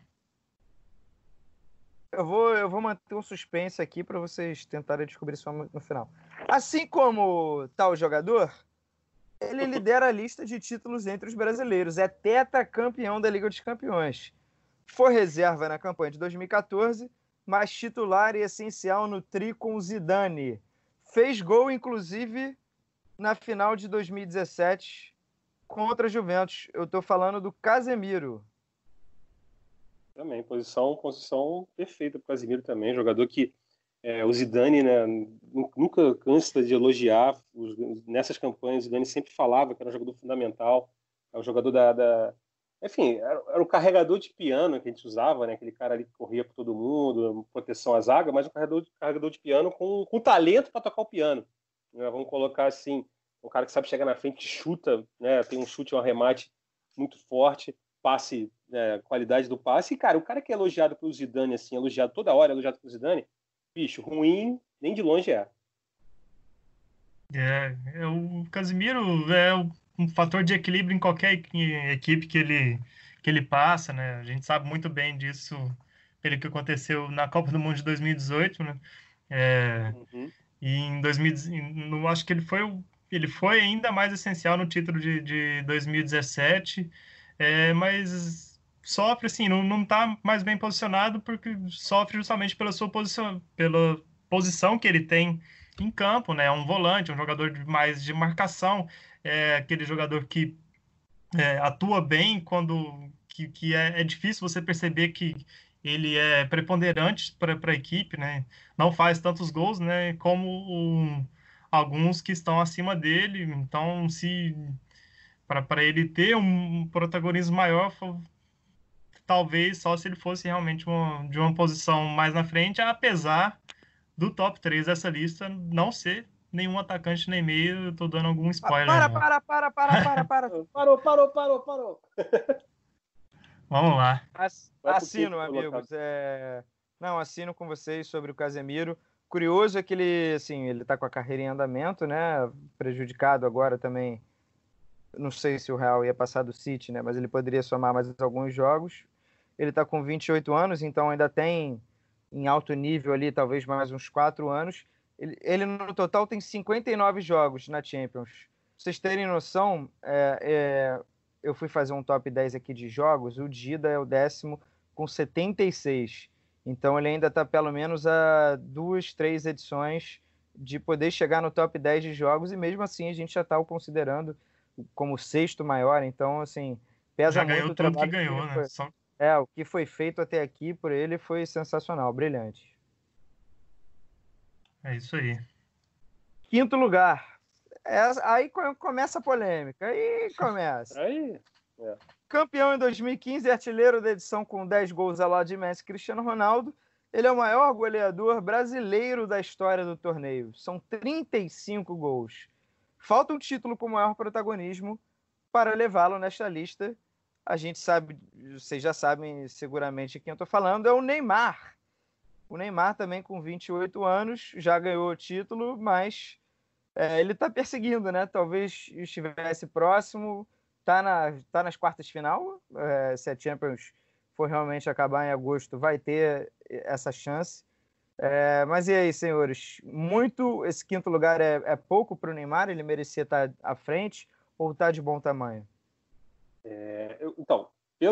Eu vou manter um suspense aqui para vocês tentarem descobrir isso no final. Assim como tal jogador, ele lidera a lista de títulos entre os brasileiros. É tetracampeão da Liga dos Campeões. Foi reserva na campanha de 2014, mas titular e essencial no tri com Zidane. Fez gol, inclusive, na final de 2017 contra a Juventus. Eu estou falando do Casemiro. Também, posição perfeita para o Casemiro também, jogador que o Zidane, né, nunca cansa de elogiar. Nessas campanhas, o Zidane sempre falava que era um jogador fundamental, é um jogador enfim, era um carregador de piano que a gente usava, né, aquele cara ali que corria por todo mundo, proteção à zaga, mas um carregador de piano com talento para tocar o piano. Né, vamos colocar assim, um cara que sabe chegar na frente, chuta, né, tem um chute, um arremate muito forte, passe, qualidade do passe. E, cara, o cara que é elogiado pelo Zidane, assim, elogiado toda hora, elogiado pelo Zidane, bicho, ruim nem de longe é. O Casemiro é um fator de equilíbrio em qualquer equipe que ele passa, né? A gente sabe muito bem disso pelo que aconteceu na Copa do Mundo de 2018, né? E em 2000, acho que ele foi ainda mais essencial no título de 2017, mas sofre, assim, não está mais bem posicionado porque sofre justamente pela posição que ele tem em campo, né? É um volante, um jogador mais de marcação, é aquele jogador que atua bem quando que é difícil você perceber que ele é preponderante para a equipe, né? Não faz tantos gols, né? Como alguns que estão acima dele. Então, se para ele ter um protagonismo maior, talvez só se ele fosse realmente de uma posição mais na frente, apesar do top 3 dessa lista não ser nenhum atacante nem meio. Eu tô dando algum spoiler Para, já. para, para, para, para, para. Parou. Vamos lá. Vai pro quinto Assino, colocado. amigos. Não, assino com vocês sobre o Casemiro. Curioso é que ele, assim, ele tá com a carreira em andamento, né? Prejudicado agora também. Não sei se o Real ia passar do City, né? Mas ele poderia somar mais alguns jogos. Ele tá com 28 anos, então ainda tem em alto nível ali, talvez mais uns 4 anos. Ele no total tem 59 jogos na Champions. Pra vocês terem noção, eu fui fazer um top 10 aqui de jogos, o Dida é o 10º com 76. Então ele ainda está pelo menos a 2, 3 edições de poder chegar no top 10 de jogos, e mesmo assim a gente já está o considerando como o sexto maior. Então, assim, pesa Já muito ganhou o tudo que trabalho que ele ganhou, né? foi. O que foi feito até aqui por ele foi sensacional, brilhante. É isso aí. Quinto lugar. Aí começa a polêmica. Aí começa. Aí, Campeão em 2015, artilheiro da edição com 10 gols ao lado de Messi e Cristiano Ronaldo. Ele é o maior goleador brasileiro da história do torneio. São 35 gols. Falta um título com maior protagonismo para levá-lo nesta lista. A gente sabe, vocês já sabem seguramente quem eu estou falando, é o Neymar. O Neymar também com 28 anos, já ganhou o título, mas ele está perseguindo, né? Talvez estivesse próximo, tá nas quartas de final. Se a Champions for realmente acabar em agosto, vai ter essa chance. Mas e aí, senhores? Esse quinto lugar é pouco para o Neymar? Ele merecia estar à frente ou está de bom tamanho? Então,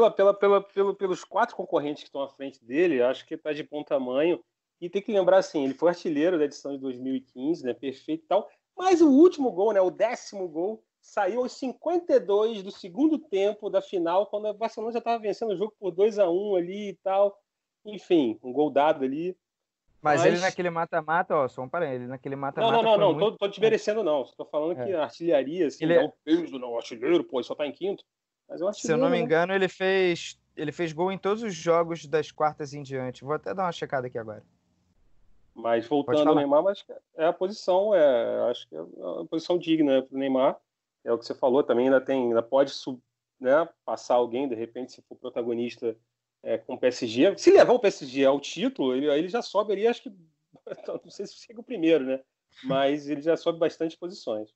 pelos 4 concorrentes que estão à frente dele, acho que está de bom tamanho. E tem que lembrar, assim, ele foi artilheiro da edição de 2015, né? Perfeito e tal. Mas o último gol, né? O 10º gol, saiu aos 52 do segundo tempo da final, quando o Barcelona já estava vencendo o jogo por 2-1 ali e tal. Enfim, um gol dado ali. Mas ele naquele mata-mata, só um parênteses, ele naquele mata-mata foi Não, muito... tô desmerecendo, não. Estou falando que a artilharia, assim, Ele, dá um peso, não, artilheiro, pô, ele só tá em quinto. Mas é um se eu não artilheiro, me né? engano, ele fez gol em todos os jogos das quartas em diante. Vou até dar uma checada aqui agora. Mas Pode voltando ao falar. Neymar, mas é a posição, acho que é uma posição digna para o Neymar. É o que você falou também, ainda pode né, passar alguém, de repente, se for protagonista com o PSG. Se levar o PSG ao título, ele já sobe ali, acho que. Não sei se chega o primeiro, né? Mas ele já sobe bastante posições.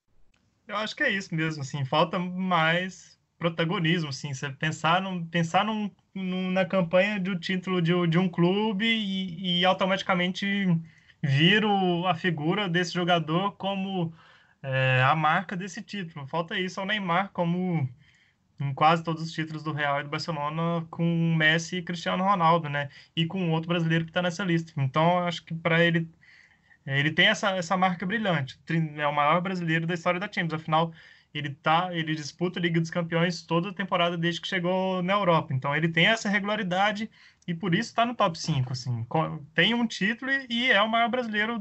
Eu acho que é isso mesmo, assim, falta mais protagonismo, assim, você pensar na campanha de um título de um clube e automaticamente vir a figura desse jogador como a marca desse título. Falta isso ao Neymar, como em quase todos os títulos do Real e do Barcelona, com Messi e Cristiano Ronaldo, né? E com outro brasileiro que está nessa lista. Então, eu acho que para ele tem essa marca brilhante. É o maior brasileiro da história da Champions. Afinal, ele disputa a Liga dos Campeões toda a temporada desde que chegou na Europa. Então, ele tem essa regularidade e por isso está no top 5. Assim. Tem um título e é o maior brasileiro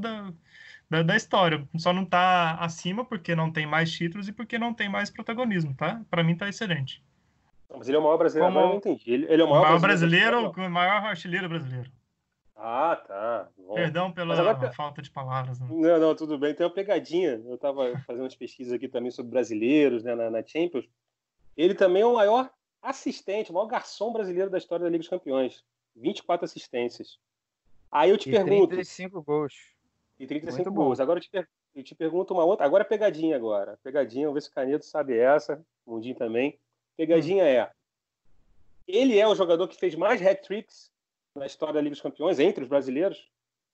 da história. Só não está acima porque não tem mais títulos e porque não tem mais protagonismo, tá? Para mim, está excelente. Não, mas ele é o maior brasileiro, agora eu não entendi. Ele é o O maior maior brasileiro da brasileiro, história? o maior artilheiro brasileiro. Ah, tá. Bom. Perdão Mas agora pela falta de palavras. Né? Não, tudo bem. Tem uma pegadinha. Eu estava fazendo umas pesquisas aqui também sobre brasileiros, né, na Champions. Ele também é o maior assistente, o maior garçom brasileiro da história da Liga dos Campeões. 24 assistências. Aí eu te pergunto... 35 gols. E 35 Muito gols. bom. Agora eu te pergunto uma outra. Agora é pegadinha agora. Pegadinha, vamos ver se o Canedo sabe essa. Mundinho também. Pegadinha ele é o jogador que fez mais hat-tricks na história da Liga dos Campeões, entre os brasileiros?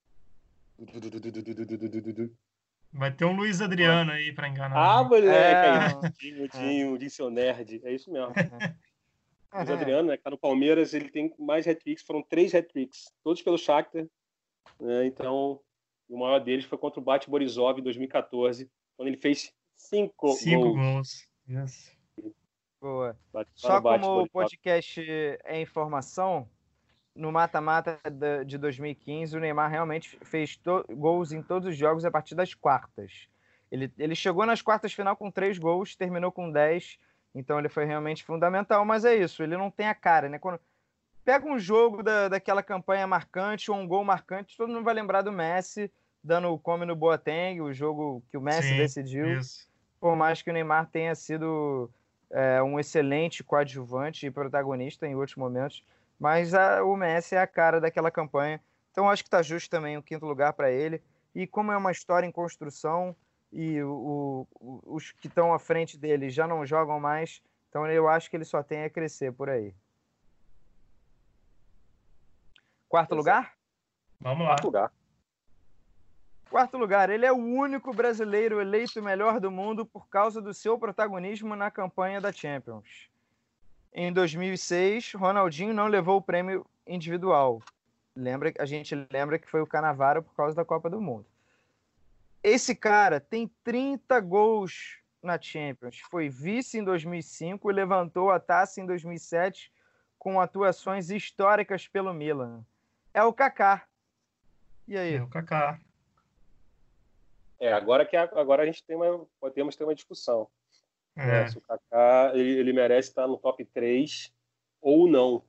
Vai ter um Luiz Adriano aí para enganar. Ah, moleque, aí. É, Mundinho, seu nerd. É isso mesmo. é. Luiz Adriano, né, que tá no Palmeiras, ele tem mais hat-tricks. Foram 3 hat-tricks, todos pelo Shakhtar. Né, então, E o maior deles foi contra o Bate Borisov em 2014, quando ele fez 5 5 gols. gols. Yes. Boa. Lá Só no Bate como o Borisov. podcast é informação, no mata-mata de 2015, o Neymar realmente fez gols em todos os jogos a partir das quartas. Ele chegou nas quartas final com 3 gols, terminou com 10, então ele foi realmente fundamental, mas é isso, ele não tem a cara, né? Quando pega um jogo daquela campanha marcante ou um gol marcante, todo mundo vai lembrar do Messi dando o come no Boateng, o jogo que o Messi Sim, decidiu, isso. por mais que o Neymar tenha sido um excelente coadjuvante e protagonista em outros momentos, mas o Messi é a cara daquela campanha, então acho que está justo também o 5º lugar para ele, e como é uma história em construção e os que estão à frente dele já não jogam mais, então eu acho que ele só tem a crescer por aí. 4º lugar? Vamos lá. 4º lugar. 4º lugar, ele é o único brasileiro eleito melhor do mundo por causa do seu protagonismo na campanha da Champions. Em 2006, Ronaldinho não levou o prêmio individual. A gente lembra que foi o Cannavaro por causa da Copa do Mundo. Esse cara tem 30 gols na Champions. Foi vice em 2005 e levantou a taça em 2007 com atuações históricas pelo Milan. É o Kaká. E aí? É o Kaká. Agora a gente podemos ter uma discussão. É. Se o Kaká ele merece estar no top 3 ou não.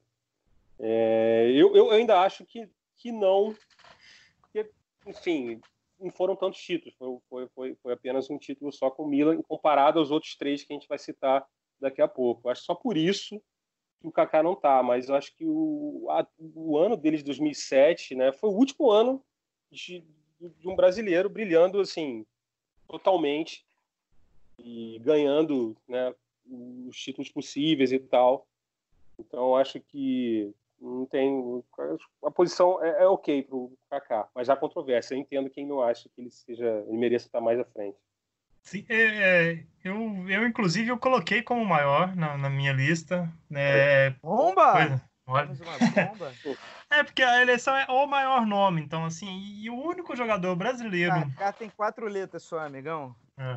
Eu ainda acho que não, porque, enfim, não foram tantos títulos. Foi apenas um título só com o Milan, comparado aos outros 3 que a gente vai citar daqui a pouco. Eu acho só por isso que o Kaká não está, mas eu acho que o ano dele de 2007, né, foi o último ano de um brasileiro brilhando assim totalmente e ganhando, né, os títulos possíveis e tal. Então acho que não tem, a posição é ok para o Kaká, mas há controvérsia. Eu entendo quem não acha que ele mereça estar mais à frente. Sim, eu inclusive eu coloquei como maior na minha lista, né? Bomba! Olha. Bomba. Porque a eleição é o maior nome, então assim, e o único jogador brasileiro. Kaká tem 4 letras só, amigão.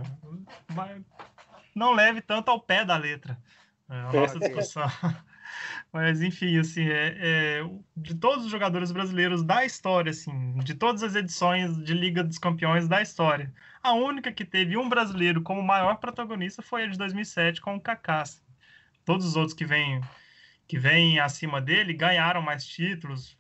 Não leve tanto ao pé da letra a nossa discussão. Mas enfim, assim, de todos os jogadores brasileiros da história, assim, de todas as edições de Liga dos Campeões da história, a única que teve um brasileiro como maior protagonista foi a de 2007 com o Kaká. Assim. Todos os outros que vêm acima dele ganharam mais títulos,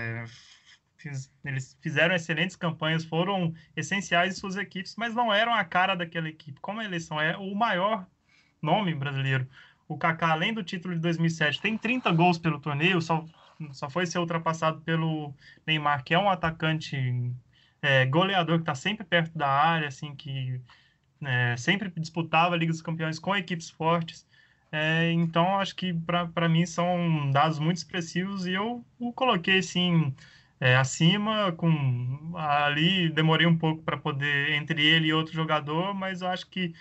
eles fizeram excelentes campanhas, foram essenciais em suas equipes, mas não eram a cara daquela equipe. Como a eleição é o maior nome brasileiro, o Kaká, além do título de 2007, tem 30 gols pelo torneio, só foi ser ultrapassado pelo Neymar, que é um atacante goleador, que está sempre perto da área, assim, que sempre disputava a Liga dos Campeões com equipes fortes. Então, acho que para mim são dados muito expressivos e eu o coloquei assim, acima. Ali demorei um pouco para poder, entre ele e outro jogador, mas eu acho que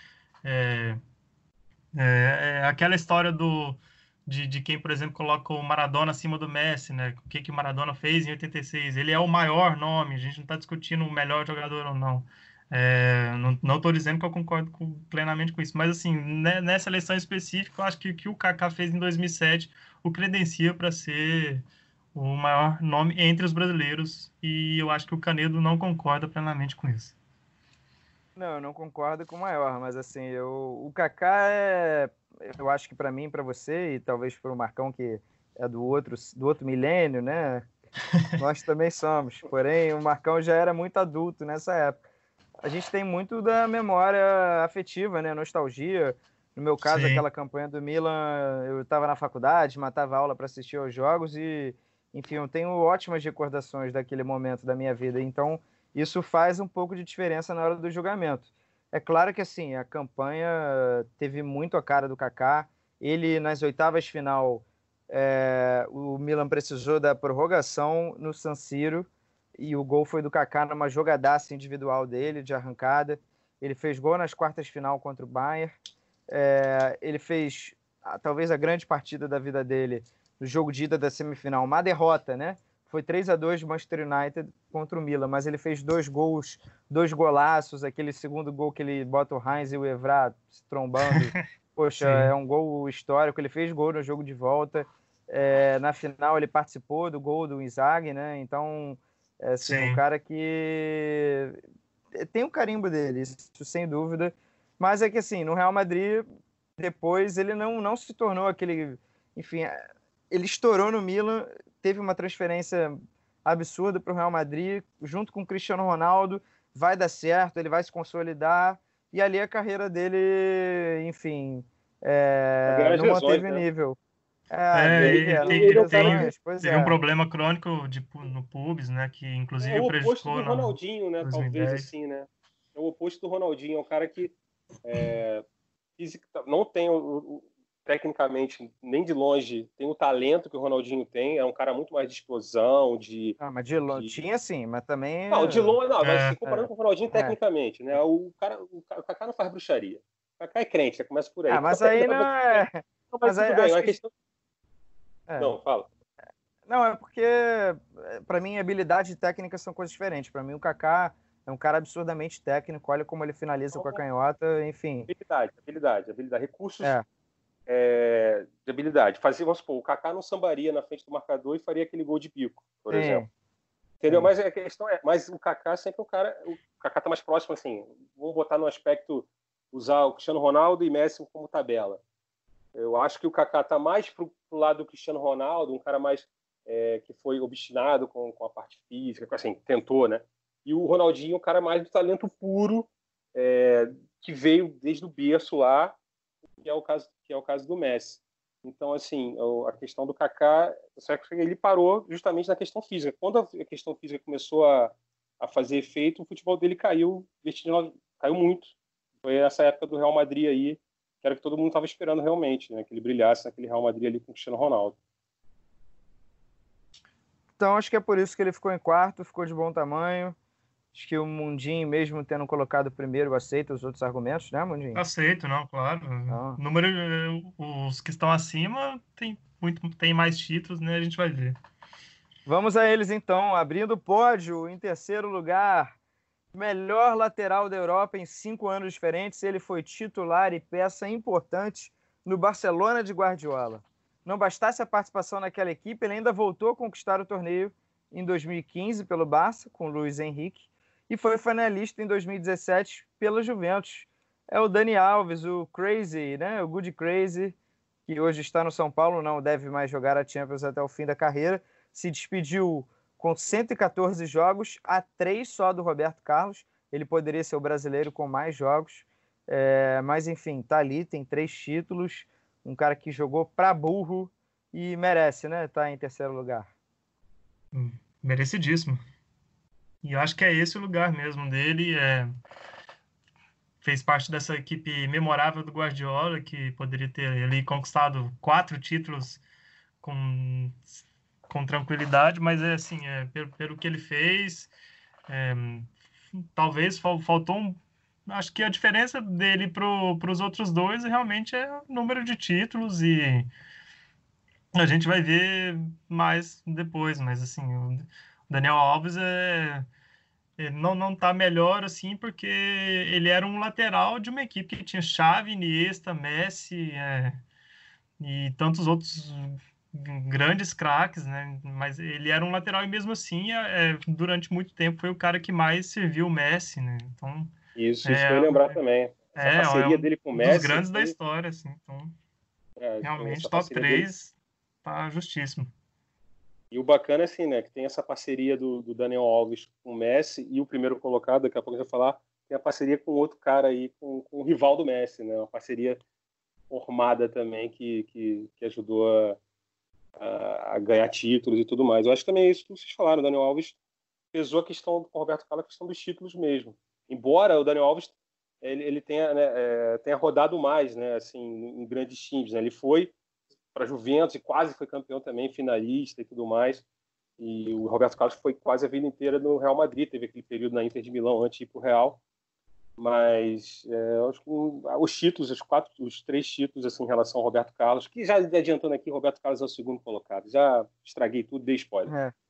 aquela história de quem, por exemplo, coloca o Maradona acima do Messi, né? O que o Maradona fez em 86. Ele é o maior nome, a gente não está discutindo o melhor jogador ou não. Não estou dizendo que eu concordo plenamente com isso, mas assim, nessa eleição específica, eu acho que o que o Kaká fez em 2007 o credencia para ser o maior nome entre os brasileiros, e eu acho que o Canedo não concorda plenamente com isso. Não, eu não concordo com o maior, mas assim, o Kaká eu acho que para mim, para você e talvez para o Marcão, que é do outro milênio, né? Nós também somos. Porém, o Marcão já era muito adulto nessa época. A gente tem muito da memória afetiva, né? Nostalgia. No meu caso, Sim. aquela campanha do Milan, eu estava na faculdade, matava aula para assistir aos jogos e, enfim, eu tenho ótimas recordações daquele momento da minha vida. Então, isso faz um pouco de diferença na hora do julgamento. É claro que, assim, a campanha teve muito a cara do Kaká. Ele, nas oitavas final, o Milan precisou da prorrogação no San Siro e o gol foi do Kaká numa jogadaça individual dele, de arrancada. Ele fez gol nas quartas final contra o Bayern. Ele fez talvez a grande partida da vida dele no jogo de ida da semifinal, uma derrota, né? foi 3-2 do Manchester United contra o Milan, mas ele fez 2 gols, 2 golaços, aquele segundo gol que ele bota o Heinz e o Evra se trombando. Poxa, Sim. é um gol histórico, ele fez gol no jogo de volta. Na final ele participou do gol do Inzaghi, né? Então, assim, um cara que tem o carimbo dele, isso sem dúvida. Mas é que, assim, no Real Madrid, depois ele não se tornou aquele... Enfim, ele estourou no Milan, teve uma transferência absurda para o Real Madrid, junto com o Cristiano Ronaldo, vai dar certo, ele vai se consolidar, e ali a carreira dele, enfim, não manteve o nível. Teve um problema crônico no pubis, né, que inclusive o prejudicou oposto do Ronaldinho, né, 2010. talvez, assim, né? É o oposto do Ronaldinho, é um cara que não tem tecnicamente, nem de longe, tem o talento que o Ronaldinho tem, é um cara muito mais de explosão, mas de longe tinha sim, mas também... Não, de longe, não, mas se comparando com o Ronaldinho tecnicamente, né? O Kaká não faz bruxaria. O Kaká é crente, já começa por aí. Mas aí não é... Não, mas tudo bem, a questão... Não, fala. Não, é porque, para mim, habilidade e técnica são coisas diferentes. Para mim, o Kaká é um cara absurdamente técnico, olha como ele finaliza com a canhota, enfim. Habilidade. Recursos de habilidade. Vamos supor, o Kaká não sambaria na frente do marcador e faria aquele gol de bico, por exemplo. Entendeu? Mas a questão mas o Kaká sempre o Kaká tá mais próximo, assim, vamos botar no aspecto, usar o Cristiano Ronaldo e Messi como tabela. Eu acho que o Kaká tá mais pro lado do Cristiano Ronaldo, um cara mais que foi obstinado com a parte física, assim, tentou, né? E o Ronaldinho, um cara mais do talento puro, que veio desde o berço lá, que é o caso do Messi. Então, assim, a questão do Kaká, ele parou justamente na questão física. Quando a questão física começou a fazer efeito, o futebol dele caiu muito. Foi essa época do Real Madrid aí, que era o que todo mundo estava esperando realmente, né? Que ele brilhasse naquele Real Madrid ali com o Cristiano Ronaldo. Então, acho que é por isso que ele ficou em quarto, ficou de bom tamanho. Acho que o Mundinho, mesmo tendo colocado primeiro, aceita os outros argumentos, né, Mundinho? Aceito, não, claro. Os que estão acima tem mais títulos, né? A gente vai ver. Vamos a eles, então. Abrindo o pódio, em terceiro lugar, melhor lateral da Europa em 5 anos diferentes. Ele foi titular e peça importante no Barcelona de Guardiola. Não bastasse a participação naquela equipe, ele ainda voltou a conquistar o torneio em 2015 pelo Barça, com Luis Henrique, e foi finalista em 2017 pela Juventus. É o Dani Alves, o Crazy, né? O Good Crazy, que hoje está no São Paulo, não deve mais jogar a Champions até o fim da carreira. Se despediu com 114 jogos, a 3 só do Roberto Carlos. Ele poderia ser o brasileiro com mais jogos. Mas, enfim, tá ali, tem 3 títulos. Um cara que jogou pra burro e merece, né? Tá em terceiro lugar. Merecidíssimo. E eu acho que é esse o lugar mesmo dele. Fez parte dessa equipe memorável do Guardiola, que poderia ter ali conquistado 4 títulos com tranquilidade, mas pelo que ele fez, talvez faltou acho que a diferença dele para os outros dois realmente é o número de títulos, e a gente vai ver mais depois, mas assim, o Daniel Alves ele não tá melhor assim, porque ele era um lateral de uma equipe que tinha Xavi, Iniesta, Messi, e tantos outros grandes craques, né? Mas ele era um lateral e mesmo assim, durante muito tempo foi o cara que mais serviu o Messi, né? Então, isso que eu ia lembrar também. Essa parceria dele com o Messi... Um dos grandes da história, assim. Então, realmente, top 3 tá justíssimo. E o bacana é assim, né, que tem essa parceria do Daniel Alves com o Messi, e o primeiro colocado, daqui a pouco a gente vai falar, tem a parceria com outro cara aí, com o rival do Messi, né? Uma parceria formada também que ajudou a ganhar títulos e tudo mais. Eu acho que também é isso que vocês falaram. O Daniel Alves pesou a questão com o Roberto Carlos, a questão dos títulos mesmo. Embora o Daniel Alves ele tenha rodado mais, né, assim, em grandes times, né? Ele foi para a Juventus e quase foi campeão também, finalista e tudo mais. E o Roberto Carlos foi quase a vida inteira no Real Madrid, teve aquele período na Inter de Milão antes de ir para o Real. Mas acho que os títulos, os 3 títulos assim, em relação ao Roberto Carlos, que já adiantando aqui, Roberto Carlos é o segundo colocado. Já estraguei tudo, dei spoiler.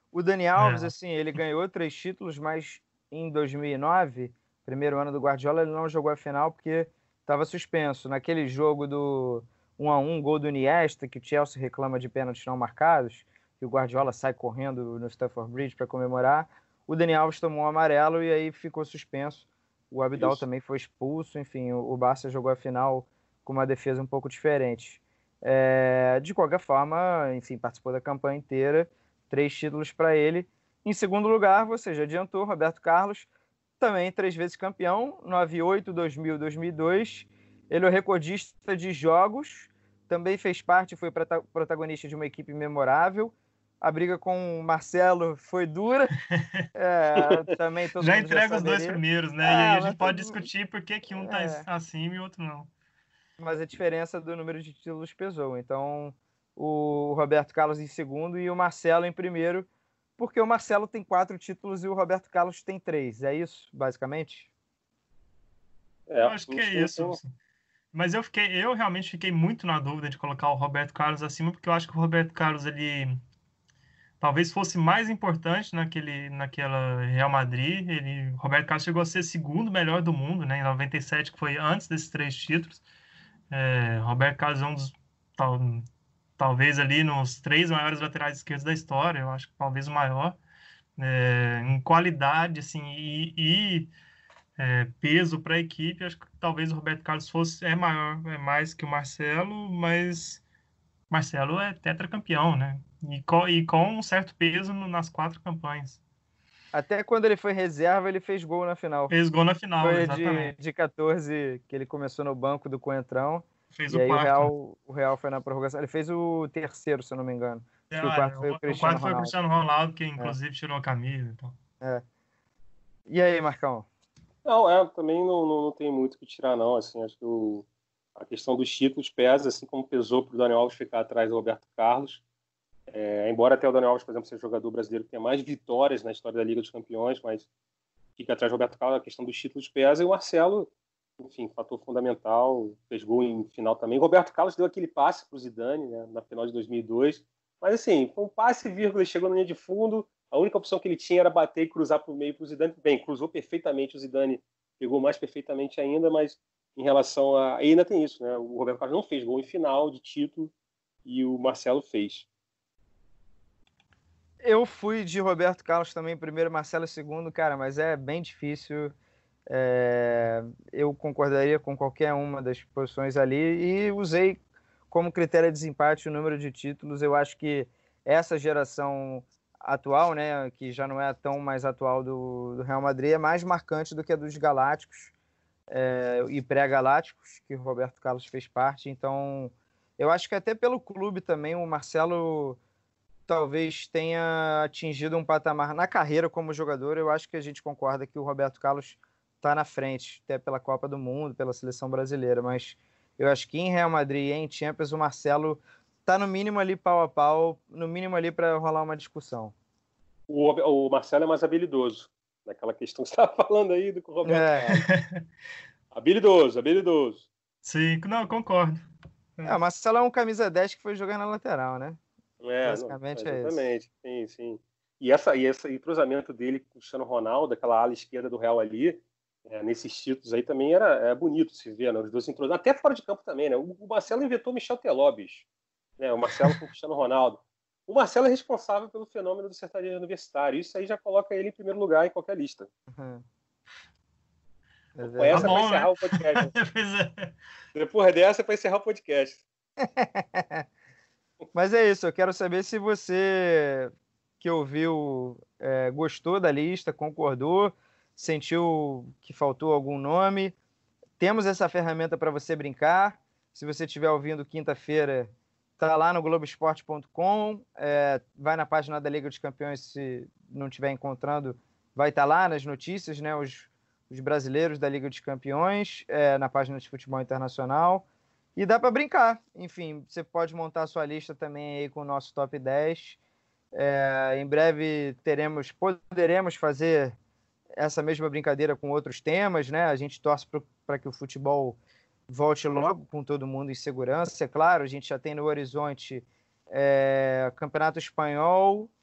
O Dani Alves, assim, ele ganhou 3 títulos, mas em 2009, primeiro ano do Guardiola, ele não jogou a final porque estava suspenso. Naquele jogo do 1-1, gol do Iniesta, que o Chelsea reclama de pênaltis não marcados, que o Guardiola sai correndo no Stamford Bridge para comemorar, o Dani Alves tomou um amarelo e aí ficou suspenso. O Abidal também foi expulso, enfim, o Barça jogou a final com uma defesa um pouco diferente. De qualquer forma, enfim, participou da campanha inteira, 3 títulos para ele. Em segundo lugar, você já adiantou, Roberto Carlos, também 3 vezes campeão, 98, 2000, 2002. Ele é o recordista de jogos, também fez parte, foi protagonista de uma equipe memorável. A briga com o Marcelo foi dura. Também todo Já mundo entrega os dois saberia. primeiros, né? E aí a Mas gente pode discutir por que que um tá acima e o outro não. Mas a diferença do número de títulos pesou. Então, o Roberto Carlos em segundo e o Marcelo em primeiro, porque o Marcelo tem 4 títulos e o Roberto Carlos tem 3. É isso, basicamente? Eu acho que é isso. Mas eu realmente fiquei muito na dúvida de colocar o Roberto Carlos acima, porque eu acho que o Roberto Carlos, ele talvez fosse mais importante naquela Real Madrid. O Roberto Carlos chegou a ser segundo melhor do mundo, né, em 97, que foi antes desses 3 títulos. Roberto Carlos é um dos, talvez ali nos 3 maiores laterais esquerdos da história, eu acho que talvez o maior, em qualidade, assim, peso para a equipe. Acho que talvez o Roberto Carlos é mais que o Marcelo, mas Marcelo é tetracampeão, né? E com um certo peso nas 4 campanhas. Até quando ele foi reserva, ele fez gol na final. Fez gol na final, Foi exatamente. de 14, que ele começou no banco do Coentrão. Fez E o aí quarto. o Real foi na prorrogação. Ele fez o terceiro, se eu não me engano. Acho que o quarto foi o O Cristiano quarto foi o Ronaldo. Cristiano Ronaldo, que É, inclusive tirou a camisa. Então. E aí, Marcão? Não, também não tem muito o que tirar, não. Assim, acho que a questão dos títulos pesa, assim como pesou para o Daniel Alves ficar atrás do Roberto Carlos. Embora até o Daniel Alves, por exemplo, seja jogador brasileiro que tenha mais vitórias na história da Liga dos Campeões, mas fica atrás do Roberto Carlos, a questão dos títulos pesa. E o Marcelo, enfim, fator fundamental, fez gol em final também. O Roberto Carlos deu aquele passe para o Zidane, né, na final de 2002. Mas, assim, foi um passe, vírgula, ele chegou na linha de fundo. A única opção que ele tinha era bater e cruzar para o meio para o Zidane. Bem, cruzou perfeitamente, o Zidane pegou mais perfeitamente ainda, mas em relação a... E ainda tem isso, né? O Roberto Carlos não fez gol em final de título e o Marcelo fez. Eu fui de Roberto Carlos também, primeiro, Marcelo segundo, cara, mas é bem difícil. Eu concordaria com qualquer uma das posições ali e usei como critério de desempate o número de títulos. Eu acho que essa geração atual, né, que já não é tão mais atual do Real Madrid, é mais marcante do que a dos Galácticos e pré-Galácticos, que o Roberto Carlos fez parte. Então, eu acho que até pelo clube também, o Marcelo talvez tenha atingido um patamar na carreira como jogador. Eu acho que a gente concorda que o Roberto Carlos está na frente, até pela Copa do Mundo, pela seleção brasileira, mas eu acho que em Real Madrid e em Champions o Marcelo está no mínimo ali pau a pau, no mínimo ali para rolar uma discussão. O Marcelo é mais habilidoso, naquela questão que você estava falando aí do Roberto Carlos. Habilidoso. Sim, não, concordo. O Marcelo é um camisa 10 que foi jogar na lateral, né? Basicamente é isso. Exatamente, sim. E esse entrosamento dele com o Cristiano Ronaldo, aquela ala esquerda do Real ali, nesses títulos aí também era bonito se ver, né? Os dois entrosados, até fora de campo também, né? O Marcelo inventou Michel Teló, bicho, né? O Marcelo com o Cristiano Ronaldo. O Marcelo é responsável pelo fenômeno do sertanejo universitário. Isso aí já coloca ele em primeiro lugar em qualquer lista. Uhum. Depois essa é para encerrar, né? O podcast. Depois dessa é para encerrar o podcast. Mas é isso, eu quero saber se você que ouviu gostou da lista, concordou, sentiu que faltou algum nome. Temos essa ferramenta para você brincar. Se você estiver ouvindo quinta-feira, está lá no Globoesporte.com. Vai na página da Liga dos Campeões, se não estiver encontrando, vai estar lá nas notícias, né? Os brasileiros da Liga dos Campeões, na página de Futebol Internacional. E dá para brincar. Enfim, você pode montar a sua lista também aí com o nosso top 10. Em breve poderemos fazer essa mesma brincadeira com outros temas, né? A gente torce para que o futebol volte logo com todo mundo em segurança. É claro, a gente já tem no horizonte Campeonato Espanhol,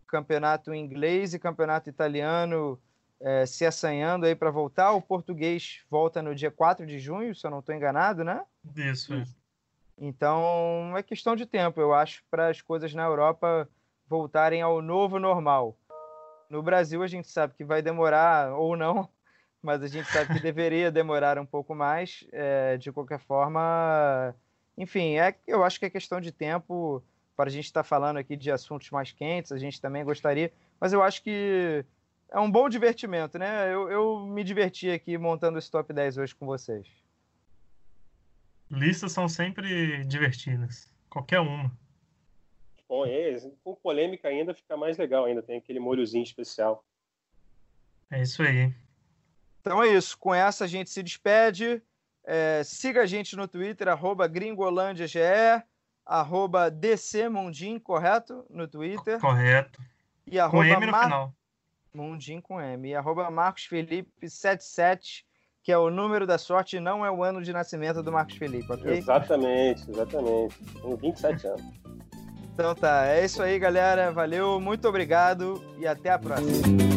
campeonato inglês e campeonato italiano se assanhando aí para voltar. O português volta no dia 4 de junho, se eu não estou enganado, né? Isso. Então, é questão de tempo, eu acho, para as coisas na Europa voltarem ao novo normal. No Brasil, a gente sabe que vai demorar ou não, mas a gente sabe que deveria demorar um pouco mais. De qualquer forma, enfim, eu acho que é questão de tempo para a gente estar falando aqui de assuntos mais quentes, a gente também gostaria, mas eu acho que é um bom divertimento, né? Eu me diverti aqui montando esse top 10 hoje com vocês. Listas são sempre divertidas, qualquer uma. Bom, com polêmica ainda fica mais legal, ainda tem aquele molhozinho especial. É isso aí. Então é isso, com essa a gente se despede. Siga a gente no Twitter, @gringolandiage, @DCmundim, correto? No Twitter. Correto. E com M no final. Mundim com M. E @MarcosFelipe77, que é o número da sorte e não é o ano de nascimento do Marcos Felipe, ok? Exatamente. Tenho 27 anos. Então tá, é isso aí, galera. Valeu, muito obrigado e até a próxima.